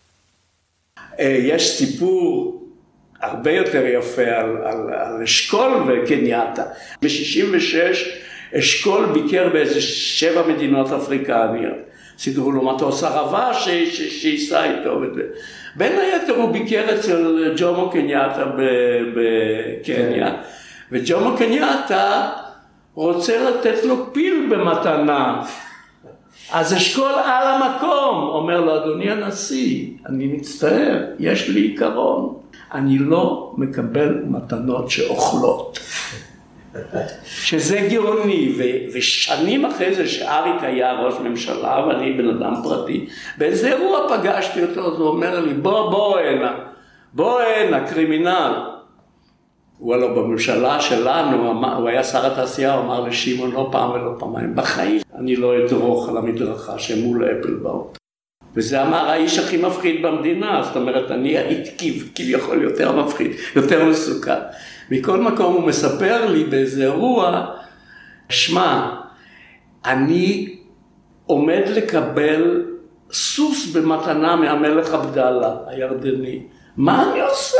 יש סיפור הרבה יותר יפה על אשכול וקניאטה. ב-66 אשכול ביקר באיזה 7 מדינות אפריקניות. סידרו לו מטוס ערבה שייסע איתו. בין היתר הוא ביקר אצל ג'ומו קניאטה בקניה, וג'ומו קניאטה רוצה לתת לו פיל במתנה. אז אשכול על המקום אומר לו, אדוני הנשיא, אני מצטער, יש לי עיקרון, אני לא מקבל מתנות שאוכלות. שזה גאוני, ושנים אחרי זה שאריק היה ראש ממשלה, ואני בן אדם פרטי, באיזה אירוע פגשתי אותו, אז הוא אומר לי, בוא הנה, קרימינל. הוא הלא בממשלה שלנו, הוא היה שר התעשייה, הוא אמר לשמעון לא פעם ולא פעמיים, בחיים אני לא אדרוך על המדרכה שמול אפלבאום. וזה אמר האיש הכי מפחיד במדינה, זאת אומרת, אני הייתי כביכול יותר מפחיד, יותר מסוכן. מכל מקום הוא מספר לי באיזה אירוע, שמע, אני עומד לקבל סוס במתנה מהמלך עבדאללה הירדני, מה אני עושה?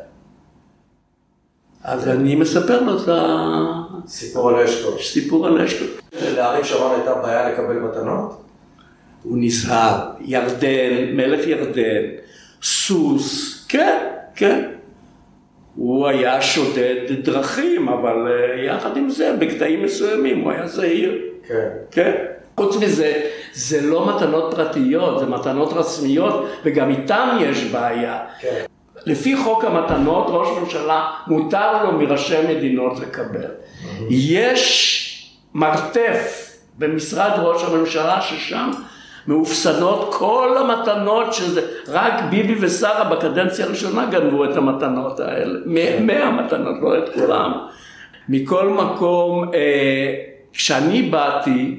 אז אני מספר לו את סיפור על אשכול. סיפור על אשכול. לאריק שרון הייתה בעיה לקבל מתנות? הוא נזהר, ירדן, מלך ירדן, סוס, כן. הוא היה שודד דרכים, אבל יחד עם זה, בקטעים מסוימים, הוא היה זהיר. כן. חוץ מזה, זה לא מתנות פרטיות, זה מתנות רסמיות, וגם איתם יש בעיה. כן. לפי חוק המתנות, ראש ממשלה מותר לו מראשי מדינות לקבל. יש מרתף במשרד ראש הממשלה ששם מאופסנות כל המתנות, שזה רק ביבי ושרה בקדנציה הראשונה גנבו את המתנות האלה. 100 מתנות, לא את כולם. מכל מקום, כשאני באתי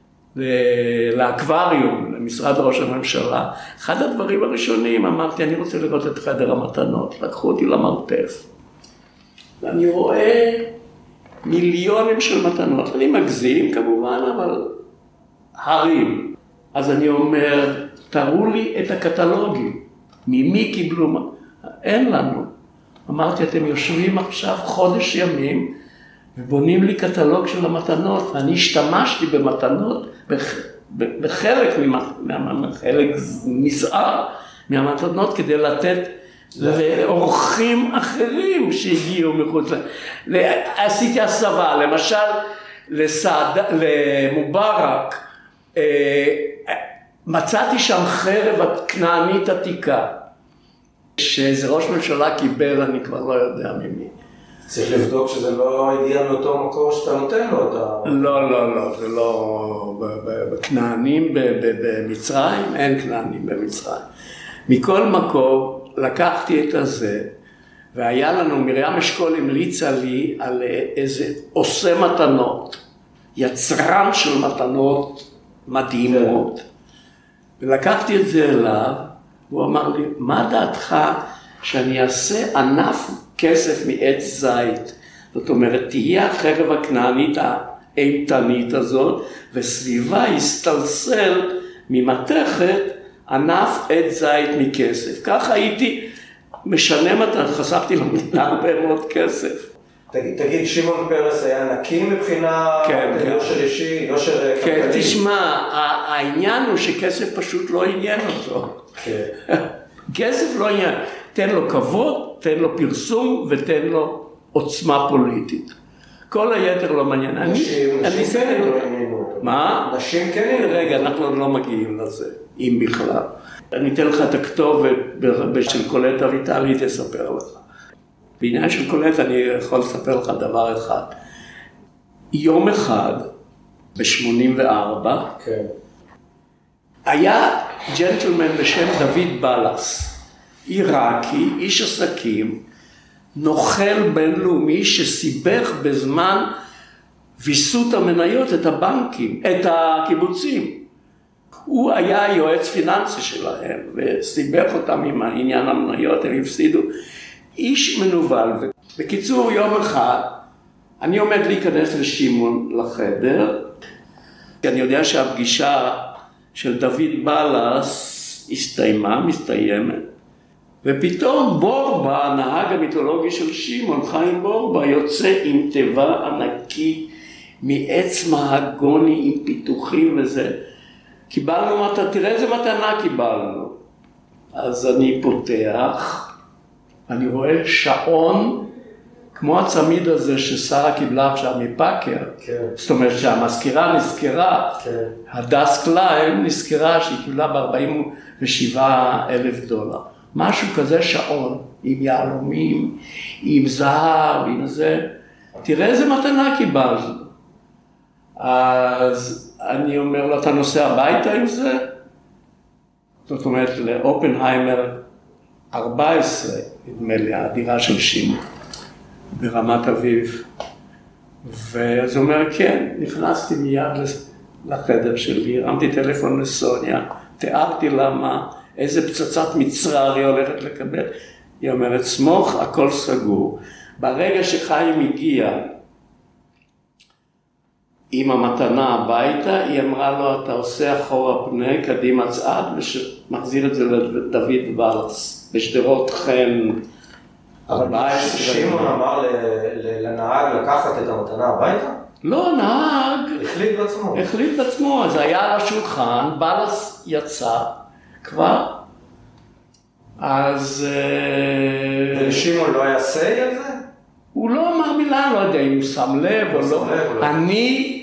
לאקווריום, למשרד ראש הממשלה, אחד הדברים הראשונים אמרתי, אני רוצה לראות את חדר המתנות. לקחו אותי למרתף. ואני רואה מיליונים של מתנות. אני מגזים כמובן, אבל הרים. אז אני אומר, תראו לי את הקטלוגים. ממי קיבלו מה? אין לנו. אמרתי, אתם יושבים עכשיו חודש ימים, ובונים לי קטלוג של המתנות, ואני השתמשתי במתנות, בחלק מזער מהמתנות, כדי לתת לאורחים אחרים שהגיעו מחוץ. עשיתי הסבה, למשל, למובארק, מצאתי שם חרב כנענית עתיקה, שאיזה ראש ממשלה קיבל, אני כבר לא יודע ממי. צריך לבדוק שזה לא הגיע מאותו מקור שאתה נותן לו אותה. לא, זה לא בכנענים במצרים, אין כנענים במצרים. מכל מקום לקחתי את הזה, והיה לנו, מרים אשכול המליצה לי על איזה עושה מתנות, יצרן של מתנות מדהימות. ולקחתי את זה אליו, והוא אמר לי, מה דעתך שאני אעשה ענף כסף מעץ זית? זאת אומרת, תהיה החרב הכנענית האימתנית הזאת, וסביבה יסתלסל ממתכת ענף עץ זית מכסף. ככה הייתי משנה מתנה, חסכתי למדינה הרבה מאוד כסף. תגיד, שמעון פרס היה נקי מבחינה יושר אישי, יושר כלכלי? כן, תשמע, העניין הוא שכסף פשוט לא עניין אותו. כסף לא עניין, תן לו כבוד, תן לו פרסום ותן לו עוצמה פוליטית. כל היתר לא מעניין. נשים כן לא עניינו אותו. מה? נשים כן עניינו. רגע, אנחנו לא מגיעים לזה, אם בכלל. אני אתן לך את הכתובת של קולט אביטל, היא תספר לך. בעניין של קולט אני יכול לספר לך דבר אחד. יום אחד, ב-84, היה ג'נטלמן בשם דוד בלס, עיראקי, איש עסקים, נוכל בינלאומי שסיבך בזמן ויסות המניות את הבנקים, את הקיבוצים. הוא היה יועץ פיננסי שלהם וסיבך אותם עם העניין המניות, הם הפסידו. איש מנוול. בקיצור, יום אחד אני עומד להיכנס לשמעון לחדר, כי אני יודע שהפגישה של דוד בלס מסתיימת, ופתאום בורבה, הנהג המיתולוגי של שמעון, חיים בורבה, יוצא עם טבע ענקי מעץ מהגוני עם פיתוחים וזה. קיבלנו מתנה, תראה איזה מתנה קיבלנו. אז אני פותח, אני רואה שעון, כמו הצמיד הזה ששרה קיבלה עכשיו מפאקר. כן. זאת אומרת שהמזכירה נזכרה, כן. הדס קליין נזכרה שהיא קיבלה $47,000. משהו כזה שעון, עם יהלומים, עם זהב, עם זה. תראה איזה מתנה קיבלנו. אז אני אומר לו, אתה נוסע הביתה עם זה? זאת אומרת, לאופנהיימר 14, נדמה לי, הדירה של שמעון, ברמת אביב. ואז הוא אומר, כן, נכנסתי מיד לחדר שלי, הרמתי טלפון לסוניה, תיארתי לה איזה פצצת מצרר היא הולכת לקבל. היא אומרת, סמוך, הכל סגור. ברגע שחיים הגיע עם המתנה הביתה, היא אמרה לו, אתה עושה אחורה פנה, קדימה צעד, ומחזיר את זה לדוד בלס, בשדרות חן 14. שמעון אמר לנהג לקחת את המתנה הביתה? לא, נהג. החליט בעצמו. אז היה על השולחן, בלס יצא כבר, אז... ושמעון לא היה סי על זה? הוא לא אמר מילה, לא יודע אם הוא שם לב או לא. אני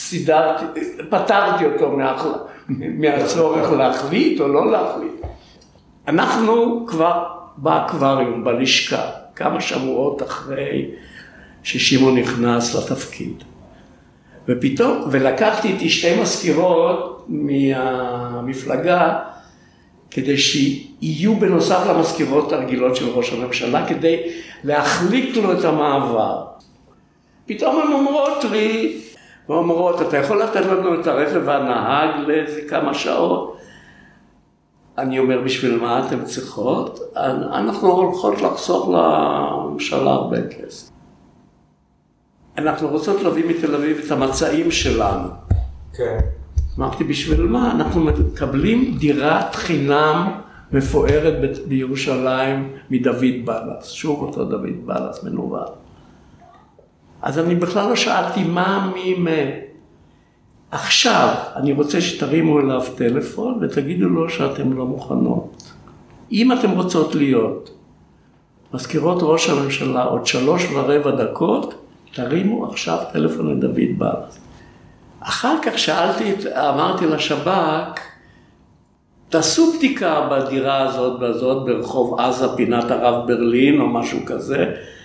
פתרתי אותו מהצורך להחליט או לא להחליט. אנחנו כבר באקווריום, בלשכה, כמה שבועות אחרי ששמעון נכנס לתפקיד. ופתאום, ולקחתי איתי שתי מזכירות מהמפלגה, כדי שיהיו בנוסף למזכירות הרגילות של ראש הממשלה, כדי להחליק לו את המעבר. פתאום הן אומרות לי, ואומרות, אתה יכול לתת לנו את הרכב והנהג לאיזה כמה שעות? אני אומר, בשביל מה אתם צריכות? אנחנו הולכות לחסוך לממשלה הרבה כסף. אנחנו רוצות להביא מתל אביב את המצעים שלנו. כן. אמרתי, בשביל מה? אנחנו מקבלים דירת חינם מפוארת בירושלים מדוד בלס. שוב אותו דוד בלס, מנוול. אז אני בכלל לא שאלתי מי. עכשיו, אני רוצה שתרימו אליו טלפון ותגידו לו שאתם לא מוכנות. אם אתם רוצות להיות מזכירות ראש הממשלה עוד 3.25 דקות, תרימו עכשיו טלפון לדוד בלס. אחר כך אמרתי לשב"כ, תעשו בדיקה בדירה הזאת והזאת ברחוב עזה, פינת הרב ברלין או משהו כזה.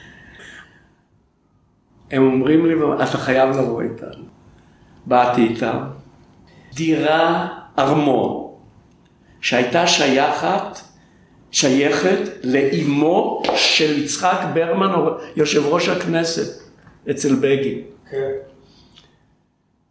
הם אומרים לי, אתה חייב לבוא איתנו. באתי איתם. דירה ארמון, שהייתה שייכת לאמו של יצחק ברמן, יושב ראש הכנסת, אצל בגין. כן.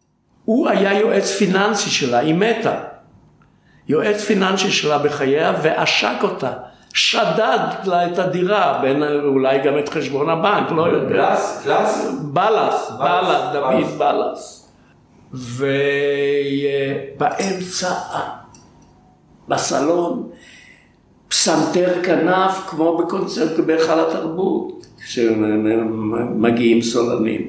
הוא היה יועץ פיננסי שלה, היא מתה. יועץ פיננסי שלה בחייה ועשק אותה. שדד לה את הדירה, בין אולי גם את חשבון הבנק, לא יודע. בלס, דוד בלס. ובאמצע, בסלון, פסנתר כנף כמו בקונצרט בהיכל התרבות, כשמגיעים סולנים.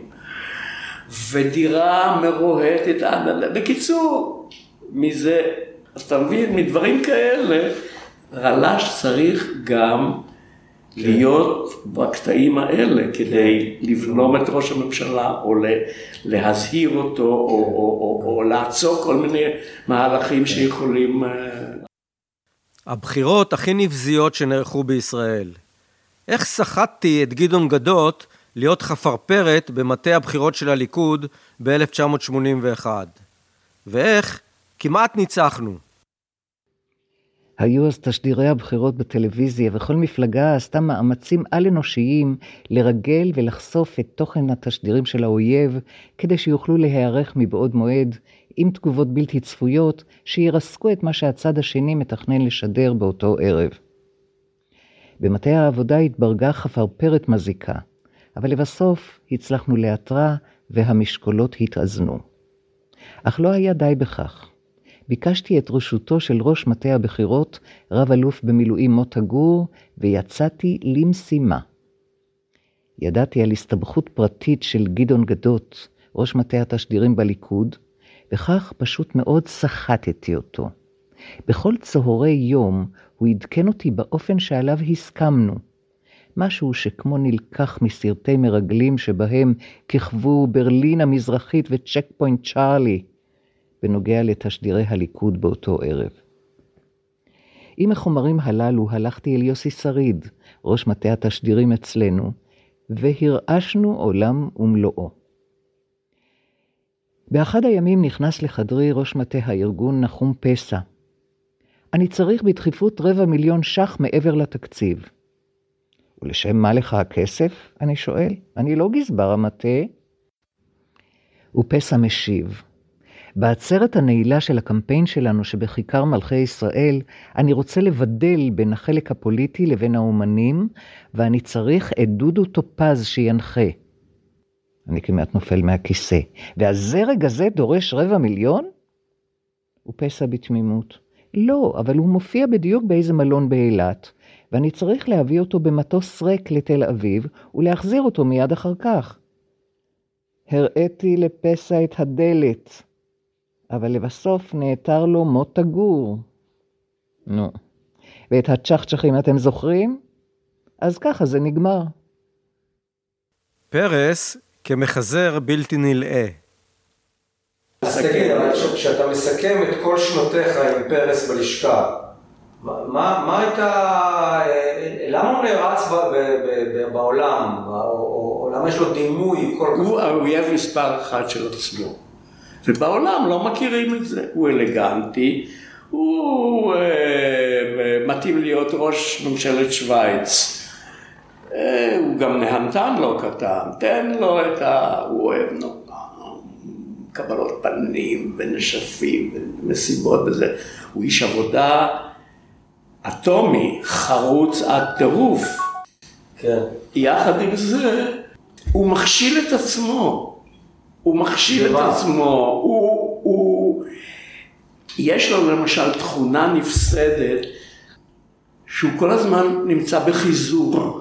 ודירה מרוהטת, בקיצור, מזה, אז אתה מבין, מדברים כאלה, רל"ש צריך גם להיות בקטעים האלה, כדי לבלום את ראש הממשלה, או להזהיר אותו, או לעצור כל מיני מהלכים שיכולים... הבחירות הכי נבזיות שנערכו בישראל. איך סחטתי את גדעון גדות להיות חפרפרת במטה הבחירות של הליכוד ב-1981? ואיך כמעט ניצחנו. היו אז תשדירי הבחירות בטלוויזיה, וכל מפלגה עשתה מאמצים על-אנושיים לרגל ולחשוף את תוכן התשדירים של האויב, כדי שיוכלו להיערך מבעוד מועד עם תגובות בלתי צפויות שירסקו את מה שהצד השני מתכנן לשדר באותו ערב. במטה העבודה התברגה חפרפרת מזיקה, אבל לבסוף הצלחנו לאתרה והמשקולות התאזנו. אך לא היה די בכך. ביקשתי את רשותו של ראש מטה הבחירות, רב אלוף במילואים מוטה גור, ויצאתי למשימה. ידעתי על הסתבכות פרטית של גדעון גדות, ראש מטה התשדירים בליכוד, וכך פשוט מאוד סחטתי אותו. בכל צהרי יום הוא עדכן אותי באופן שעליו הסכמנו, משהו שכמו נלקח מסרטי מרגלים שבהם כיכבו ברלין המזרחית וצ'ק פוינט צ'ארלי, בנוגע לתשדירי הליכוד באותו ערב. עם החומרים הללו הלכתי אל יוסי שריד, ראש מטה התשדירים אצלנו, והרעשנו עולם ומלואו. באחד הימים נכנס לחדרי ראש מטה הארגון נחום פסע. אני צריך בדחיפות 250,000 ש"ח מעבר לתקציב. ולשם מה לך הכסף? אני שואל. אני לא גזבר המטה. ופסע משיב. בעצרת הנעילה של הקמפיין שלנו שבכיכר מלכי ישראל, אני רוצה לבדל בין החלק הפוליטי לבין האומנים, ואני צריך את דודו טופז שינחה. אני כמעט נופל מהכיסא. והזרג הזה דורש 250,000? ופסע בתמימות. לא, אבל הוא מופיע בדיוק באיזה מלון באילת, ואני צריך להביא אותו במטוס ריק לתל אביב, ולהחזיר אותו מיד אחר כך. הראיתי לפסע את הדלת, אבל לבסוף נעתר לו מוטה גור. נו, ואת הצ'חצ'חים אתם זוכרים? אז ככה זה נגמר. פרס כמחזר בלתי נלאה. אז תגיד, כשאתה מסכם את כל שנותיך עם פרס בלשכה, מה הייתה, למה הוא נערץ בעולם, או למה יש לו דימוי כל כך? הוא האויב מספר אחד של עצמו, ובעולם לא מכירים את זה. הוא אלגנטי, הוא מתאים להיות ראש ממשלת שוויץ, הוא גם נהנתן לא קטן, תן לו את הוא אוהב נורא, קבלות פנים ונשפים ומסיבות וזה. הוא איש עבודה אטומי, חרוץ עד טירוף. כן. יחד עם זה, הוא מכשיל את עצמו. יש לו למשל תכונה נפסדת, שהוא כל הזמן נמצא בחיזור.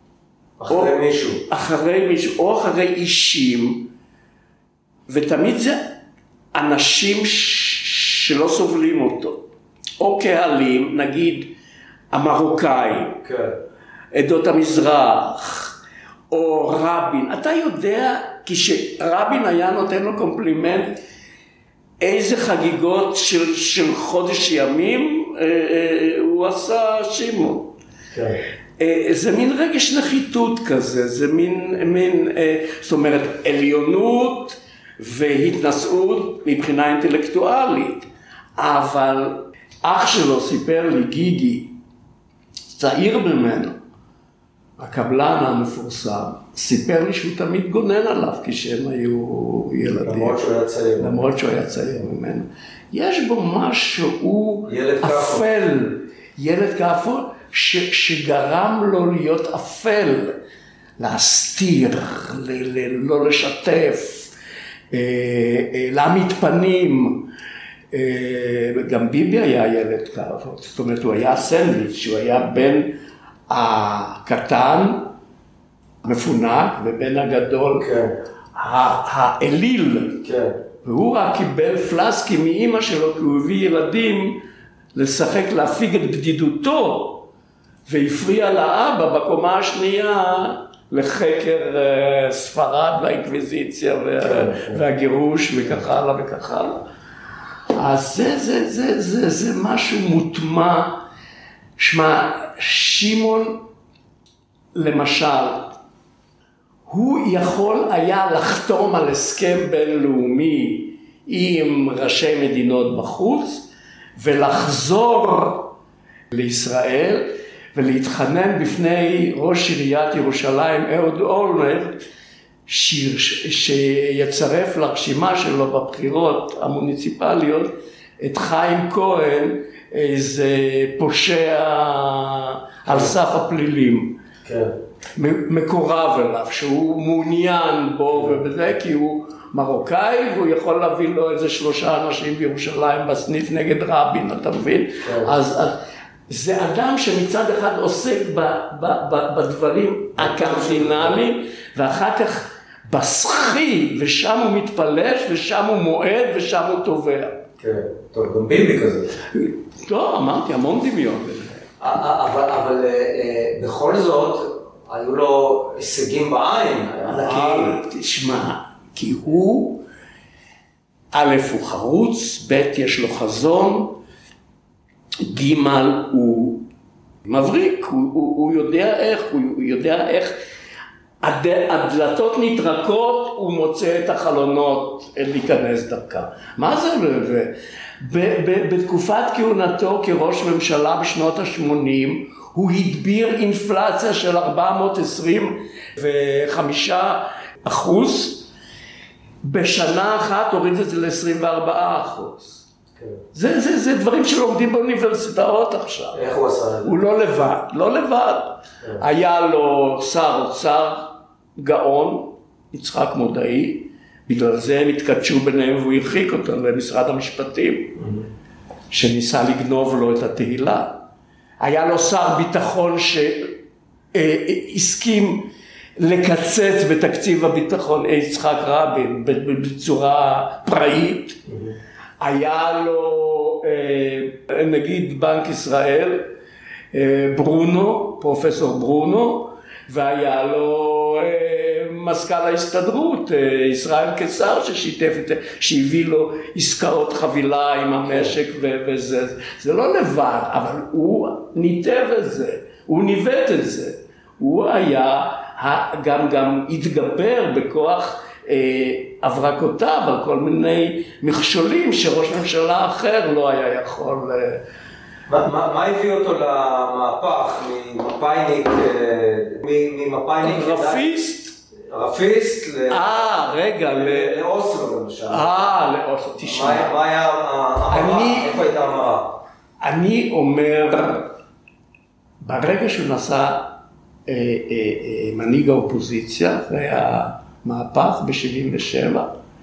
אחרי מישהו, או אחרי אישים, ותמיד זה אנשים שלא סובלים אותו. או קהלים, נגיד המרוקאים, כן. עדות המזרח, או רבין. אתה יודע, כשרבין היה נותן לו קומפלימנט, איזה חגיגות של חודש ימים הוא עשה שימון. כן. זה מין רגש נחיתות כזה, זה מין זאת אומרת, עליונות והתנשאות מבחינה אינטלקטואלית. אבל אח שלו סיפר לי, גיגי, צעיר ממנו, הקבלן המפורסם, סיפר לי שהוא תמיד גונן עליו כשהם היו ילדים. למרות שהוא היה צעיר ממנו. יש בו משהו אפל, ילד כאפור, שגרם לו להיות אפל, להסתיר, לא לשתף, להעמיד פנים. גם ביבי היה ילד כאפור, זאת אומרת הוא היה סנדוויץ', הוא היה בן הקטן, מפונק, ובן הגדול, האליל. והוא רק קיבל פלסקי מאמא שלו, כי הוא הביא ילדים לשחק, להפיג את בדידותו, והפריע לאבא בקומה השנייה לחקר ספרד והאינקוויזיציה והגירוש וכך הלאה וכך הלאה. אז זה משהו מוטמע. שמע, שמעון למשל, הוא יכול היה לחתום על הסכם בינלאומי עם ראשי מדינות בחוץ ולחזור לישראל ולהתחנן בפני ראש עיריית ירושלים אהוד אולמרט שיצרף לרשימה שלו בבחירות המוניציפליות את חיים כהן, איזה פושע על סף הפלילים. כן. מקורב אליו, שהוא מעוניין בו ובזה, כי הוא מרוקאי, והוא יכול להביא לו איזה 3 אנשים בירושלים בסניף נגד רבין, אתה מבין? כן. אז זה אדם שמצד אחד עוסק בדברים הקרדינליים, ואחר כך בסחי, ושם הוא מתפלש, ושם הוא מועד, ושם הוא תובע. כן, טוב, גם ביבי כזה. טוב, אמרתי, המון דמיון. אבל בכל זאת, היו לו הישגים בעין. תשמע, כי הוא, א' הוא חרוץ, ב' יש לו חזון, ג' הוא מבריק, הוא יודע איך, הדלתות נטרקות, הוא מוצא את החלונות להיכנס דרכה. מה זה? בתקופת כהונתו כראש ממשלה בשנות ה-80, הוא הדביר אינפלציה של 425%, בשנה אחת הוריד את זה ל-24%. זה דברים שלומדים באוניברסיטאות עכשיו. איך הוא עשה את זה? הוא לא לבד. היה לו שר אוצר גאון, יצחק מודעי, בגלל זה הם התקדשו ביניהם והוא הרחיק אותם למשרד המשפטים, שניסה לגנוב לו את התהילה. היה לו שר ביטחון שהסכים לקצץ בתקציב הביטחון, יצחק רבין, בצורה פראית. היה לו נגיד בנק ישראל, ברונו, פרופסור ברונו, והיה לו מזכ"ל ההסתדרות, ישראל קיסר, שהביא לו עסקאות חבילה עם המשק וזה. זה לא לבד, אבל הוא ניתב את זה, הוא ניווט את זה. הוא היה גם התגבר בכוח הברקותיו על כל מיני מכשולים שראש ממשלה אחר לא היה יכול. מה הביא אותו למהפך, ממפאיניק רפיסט לאוסלו למשל? לאוסלו, תשמע. מה היה איפה הייתה המהפך? אני אומר, ברגע שהוא נסע מנהיג האופוזיציה, זה היה מהפך ב-77,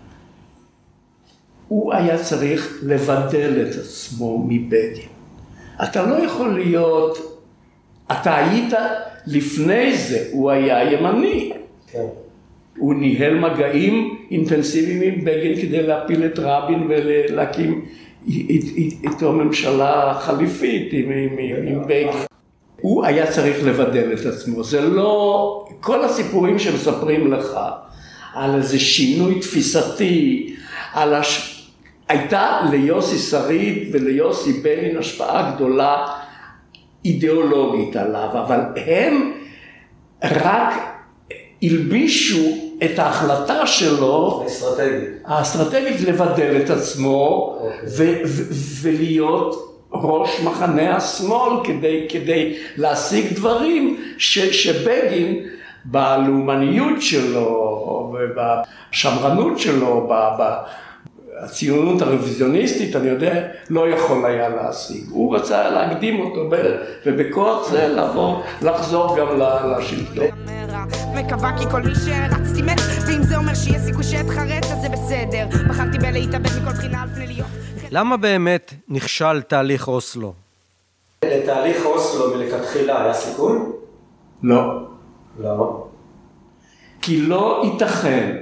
הוא היה צריך לבדל את עצמו מבגין. אתה לא יכול להיות, אתה היית לפני זה, הוא היה ימני. כן. הוא ניהל מגעים אינטנסיביים עם בגין כדי להפיל את רבין ולהקים איתו ממשלה חליפית עם בגין. הוא היה צריך לבדל את עצמו. זה לא, כל הסיפורים שמספרים לך על איזה שינוי תפיסתי, הייתה ליוסי שריד וליוסי בגין השפעה גדולה אידיאולוגית עליו, אבל הם רק הלבישו את ההחלטה שלו, האסטרטגית לבדל את עצמו ולהיות ראש מחנה השמאל כדי להשיג דברים שבגין בלאומניות שלו ובשמרנות שלו, הציונות הרוויזיוניסטית, אני יודע, לא יכול היה להשיג. הוא רצה להקדים אותו ובכוח זה לחזור גם לשלטון. מקווה כי כל מי שרצתי מת, ואם זה אומר שיהיה סיכוי שאתחרט אז זה בסדר. בחרתי בלהתאבד מכל בחינה על פני להיות. למה באמת נכשל תהליך אוסלו? לתהליך אוסלו מלכתחילה היה סיכוי? לא. למה? כי לא ייתכן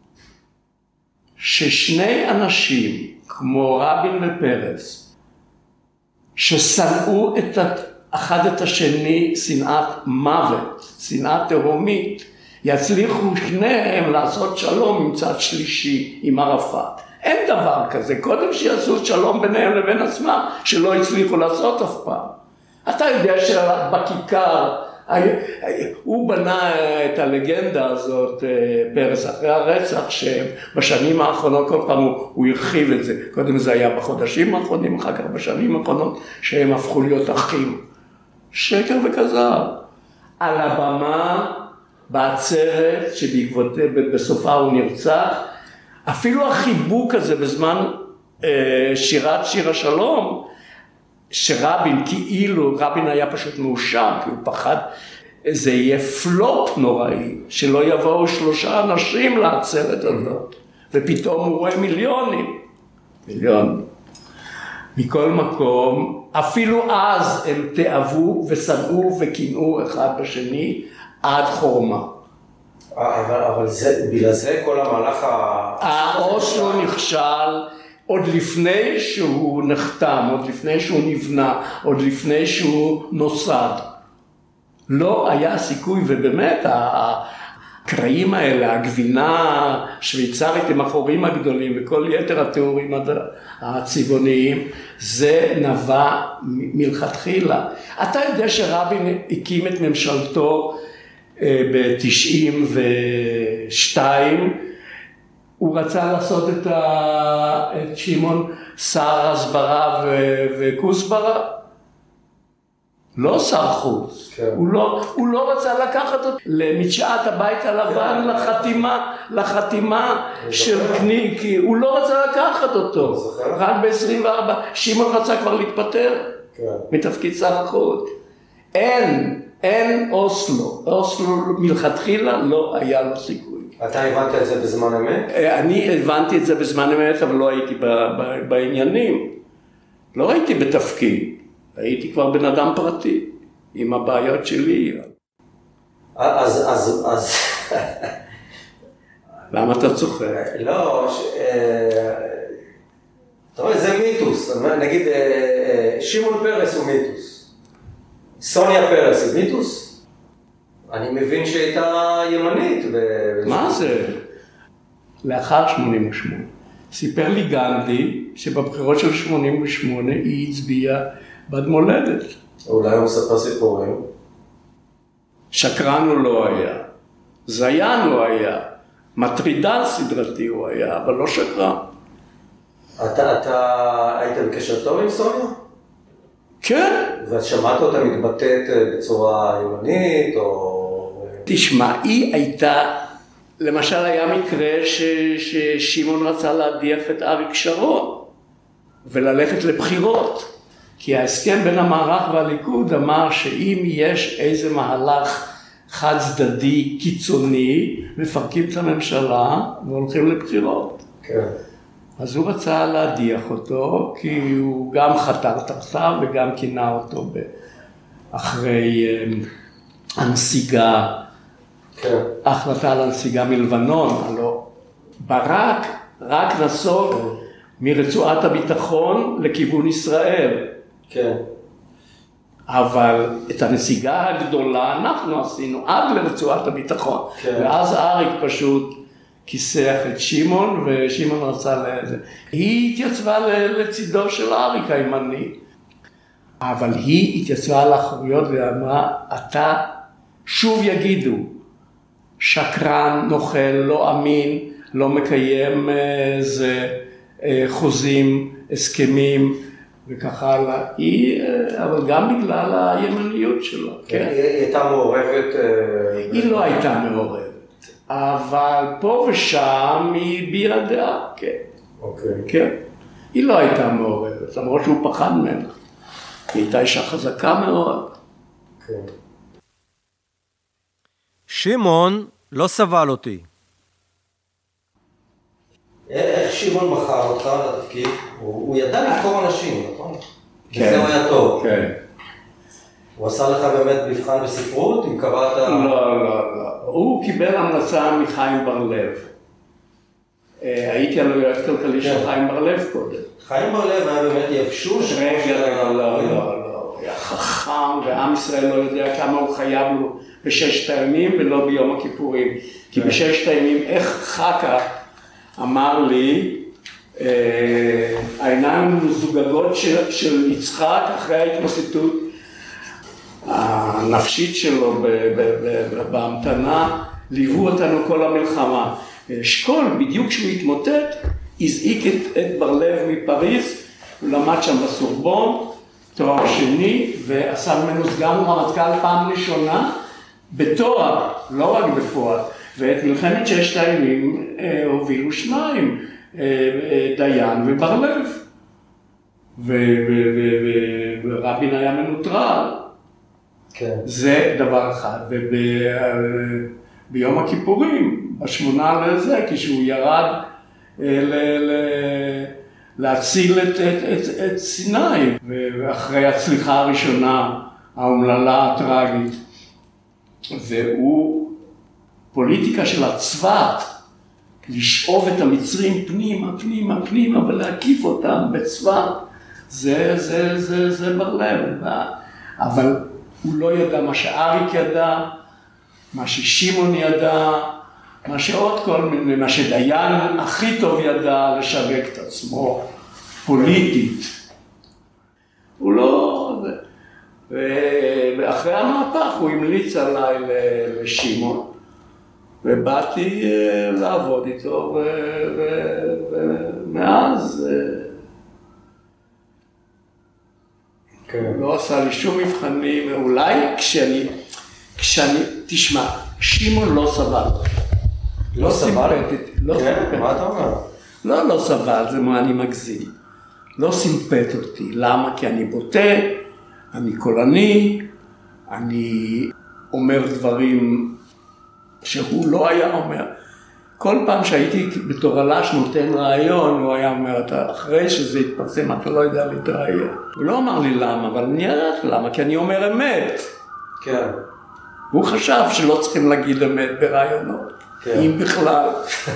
ששני אנשים כמו רבין ופרס ששנאו אחד את השני שנאת מוות, שנאת תהומית, יצליחו שניהם לעשות שלום עם צד שלישי, עם ערפאת. אין דבר כזה, קודם שיעשו שלום ביניהם לבין עצמם, שלא הצליחו לעשות אף פעם. אתה יודע שבכיכר, הוא בנה את הלגנדה הזאת, פרס, אחרי הרצח, שבשנים האחרונות, כל פעם הוא הרחיב את זה. קודם זה היה בחודשים האחרונים, אחר כך בשנים האחרונות, שהם הפכו להיות אחים. שקר וכזב. על הבמה, בעצרת, שבסופה הוא נרצח, אפילו החיבוק הזה בזמן שירת שיר השלום, שרבין כאילו, רבין היה פשוט מאושר, כי הוא פחד, זה יהיה פלופ נוראי, שלא יבואו 3 אנשים לעצרת הזאת, ופתאום הוא רואה מיליונים. מכל מקום, אפילו אז הם תאהבו ושנאו וקינאו אחד בשני עד חורמה. אבל בגלל זה כל המהלך האוסלו נכשל עוד לפני שהוא נחתם, עוד לפני שהוא נבנה, עוד לפני שהוא נוסד. לא היה סיכוי, ובאמת הקרעים האלה, הגבינה שוויצרית עם החורים הגדולים וכל יתר התיאורים הצבעוניים, זה נבע מלכתחילה. אתה יודע שרבין הקים את ממשלתו ב-92, הוא רצה לעשות את שמעון שר הסברה וכוסברה, לא שר חוץ, כן. הוא לא רצה לקחת אותו למצ'עת הבית הלבן, לחתימה של קניק, הוא לא רצה לקחת אותו, רק ב-24, שמעון רצה כבר להתפטר, כן. מתפקיד שר החוץ. אין אוסלו מלכתחילה לא היה לו סיכוי. אתה הבנת את זה בזמן אמת? אני הבנתי את זה בזמן אמת, אבל לא הייתי בעניינים. לא הייתי בתפקיד, הייתי כבר בן אדם פרטי, עם הבעיות שלי. אז... למה אתה צוחק? לא, אתה רואה, זה מיתוס. נגיד, שמעון פרס הוא מיתוס. סוניה פרס היא מיתוס? אני מבין שהייתה ימנית. מה זה? לאחר 88. סיפר לי גנדי שבבחירות של 88 היא הצביעה בעד מולדת. אולי הוא מספר סיפורים. שקרן הוא לא היה. זיין הוא היה. מטרידן סדרתי הוא היה, אבל לא שקרן. אתה היית בקשר טוב עם סוניה? כן. ושמעת אותה מתבטאת בצורה ימנית או... תשמע, היא הייתה, למשל היה מקרה ששמעון רצה להדיח את אריק שרון וללכת לבחירות. כי ההסכם בין המערך והליכוד אמר שאם יש איזה מהלך חד צדדי קיצוני, מפרקים את הממשלה והולכים לבחירות. כן. אז הוא רצה להדיח אותו, כי הוא גם חתר תחתיו וגם כינה אותו אחרי הנסיגה, כן. ההחלטה על הנסיגה מלבנון. הלוא ברק רק נסוג מרצועת הביטחון לכיוון ישראל. כן. אבל את הנסיגה הגדולה אנחנו עשינו עד לרצועת הביטחון. כן. ואז אריק פשוט כיסח את שמעון, ושמעון רצה לזה. היא התייצבה לצידו של אריק הימני. אבל היא התייצבה על האחוריות ואמרה, אתה שוב יגידו, שקרן, נוכל, לא אמין, לא מקיים חוזים, הסכמים, וככה הלאה. אבל גם בגלל הימניות שלו. היא הייתה מעורבת? היא לא הייתה מעורבת, אבל פה ושם היא הביעה דעה, כן. אוקיי. כן. היא לא הייתה מעורבת, למרות שהוא פחד ממנה. היא הייתה אישה חזקה מאוד. כן. שמעון לא סבל אותי. איך שמעון בחר אותך לתפקיד? הוא ידע לבחור אנשים, נכון? כן. וזה הוא היה טוב. כן. הוא עשה לך באמת מבחן בספרות, אם קראת... לא. הוא קיבל המלצה מחיים בר-לב. הייתי על היועץ כלכלי של חיים בר-לב קודם. חיים בר-לב היה באמת יבשוש? רגע, לא. היה חכם, ועם ישראל לא יודע כמה הוא חייב לו בששת הימים ולא ביום הכיפורים. כי בששת הימים, איך חכה אמר לי, העיניים מזוגגות של יצחק אחרי ההתמוטטות הנפשית שלו בהמתנה, ליוו אותנו כל המלחמה. אשכול, בדיוק כשהוא התמוטט, הזעיק את בר-לב מפריז, הוא למד שם בסורבון, תואר שני, ועשה ממנו סגן רמטכ"ל פעם ראשונה, בתואר, לא רק בפועל. ואת מלחמת ששת הימים הובילו שניים, דיין ובר-לב. ורבין היה מנוטרל. כן. זה דבר אחד. וביום הכיפורים, בשמונה לזה, כשהוא ירד להציל את סיני, ואחרי הצליחה הראשונה, האומללה הטרגית, והוא פוליטיקה של הצבת, לשאוב את המצרים פנימה, ולהקיף אותם בצבת, זה בר-לב. אבל הוא לא ידע מה שאריק ידע, מה ששימון ידע, מה שעוד כל מיני, מה שדיין הכי טוב ידע לשווק את עצמו, פוליטית. הוא לא... ואחרי המהפך הוא המליץ עליי לשימון, ובאתי לעבוד איתו, ומאז לא עשה לי שום מבחנים, אולי כשאני, תשמע, שימון לא סבל. לא סבל? כן, מה אתה אומר? לא סבל, זה מה אני מגזים. לא סימפט אותי. למה? כי אני בוטה, אני קולני, אני אומר דברים שהוא לא היה אומר. כל פעם שהייתי בתור הלש נותן רעיון, הוא היה אומר, אחרי שזה יתפרסם, אתה לא יודע להתראיין. הוא לא אמר לי למה, אבל אני ידעתי למה, כי אני אומר אמת. כן. הוא חשב שלא צריכים להגיד אמת ברעיונות, אם בכלל.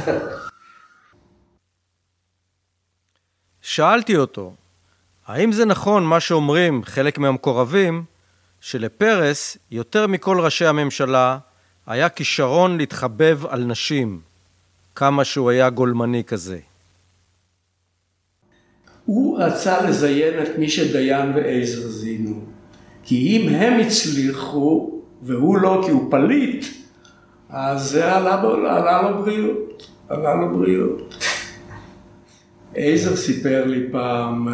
שאלתי אותו, האם זה נכון מה שאומרים חלק מהמקורבים, שלפרס, יותר מכל ראשי הממשלה, היה כישרון להתחבב על נשים, כמה שהוא היה גולמני כזה. הוא רצה לזיין את מי שדיין ועזר זינו, כי אם הם הצליחו, והוא לא כי הוא פליט, אז זה עלה לו בריאות. עזר סיפר לי פעם,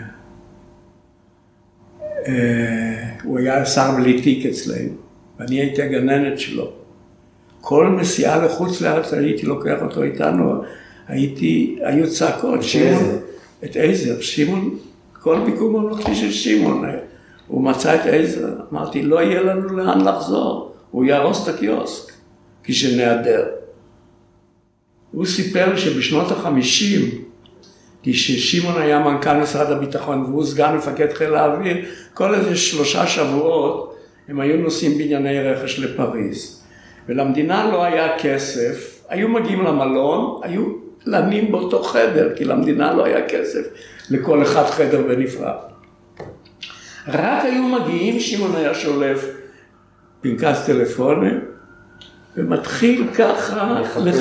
הוא היה שר בלי תיק אצלנו, ואני הייתי הגננת שלו. כל נסיעה לחוץ לארץ הייתי לוקח אותו איתנו, היו צעקות, שימון, את עזר, שימון, כל ביקום המלכתי של שימון, הוא מצא את עזר, אמרתי, לא יהיה לנו לאן לחזור, הוא יהרוס את הקיוסק, כשנעדר. הוא סיפר שבשנות ה-50, כששימון היה מנכ"ל משרד הביטחון, והוא סגן מפקד חיל האוויר, כל איזה 3 שבועות, הם היו נוסעים בענייני רכש לפריז. ולמדינה לא היה כסף, היו מגיעים למלון, היו לנים באותו חדר, כי למדינה לא היה כסף, לכל אחד חדר בנפרד. רק היו מגיעים, שימון היה שולף פנקס טלפונים, ומתחיל ככה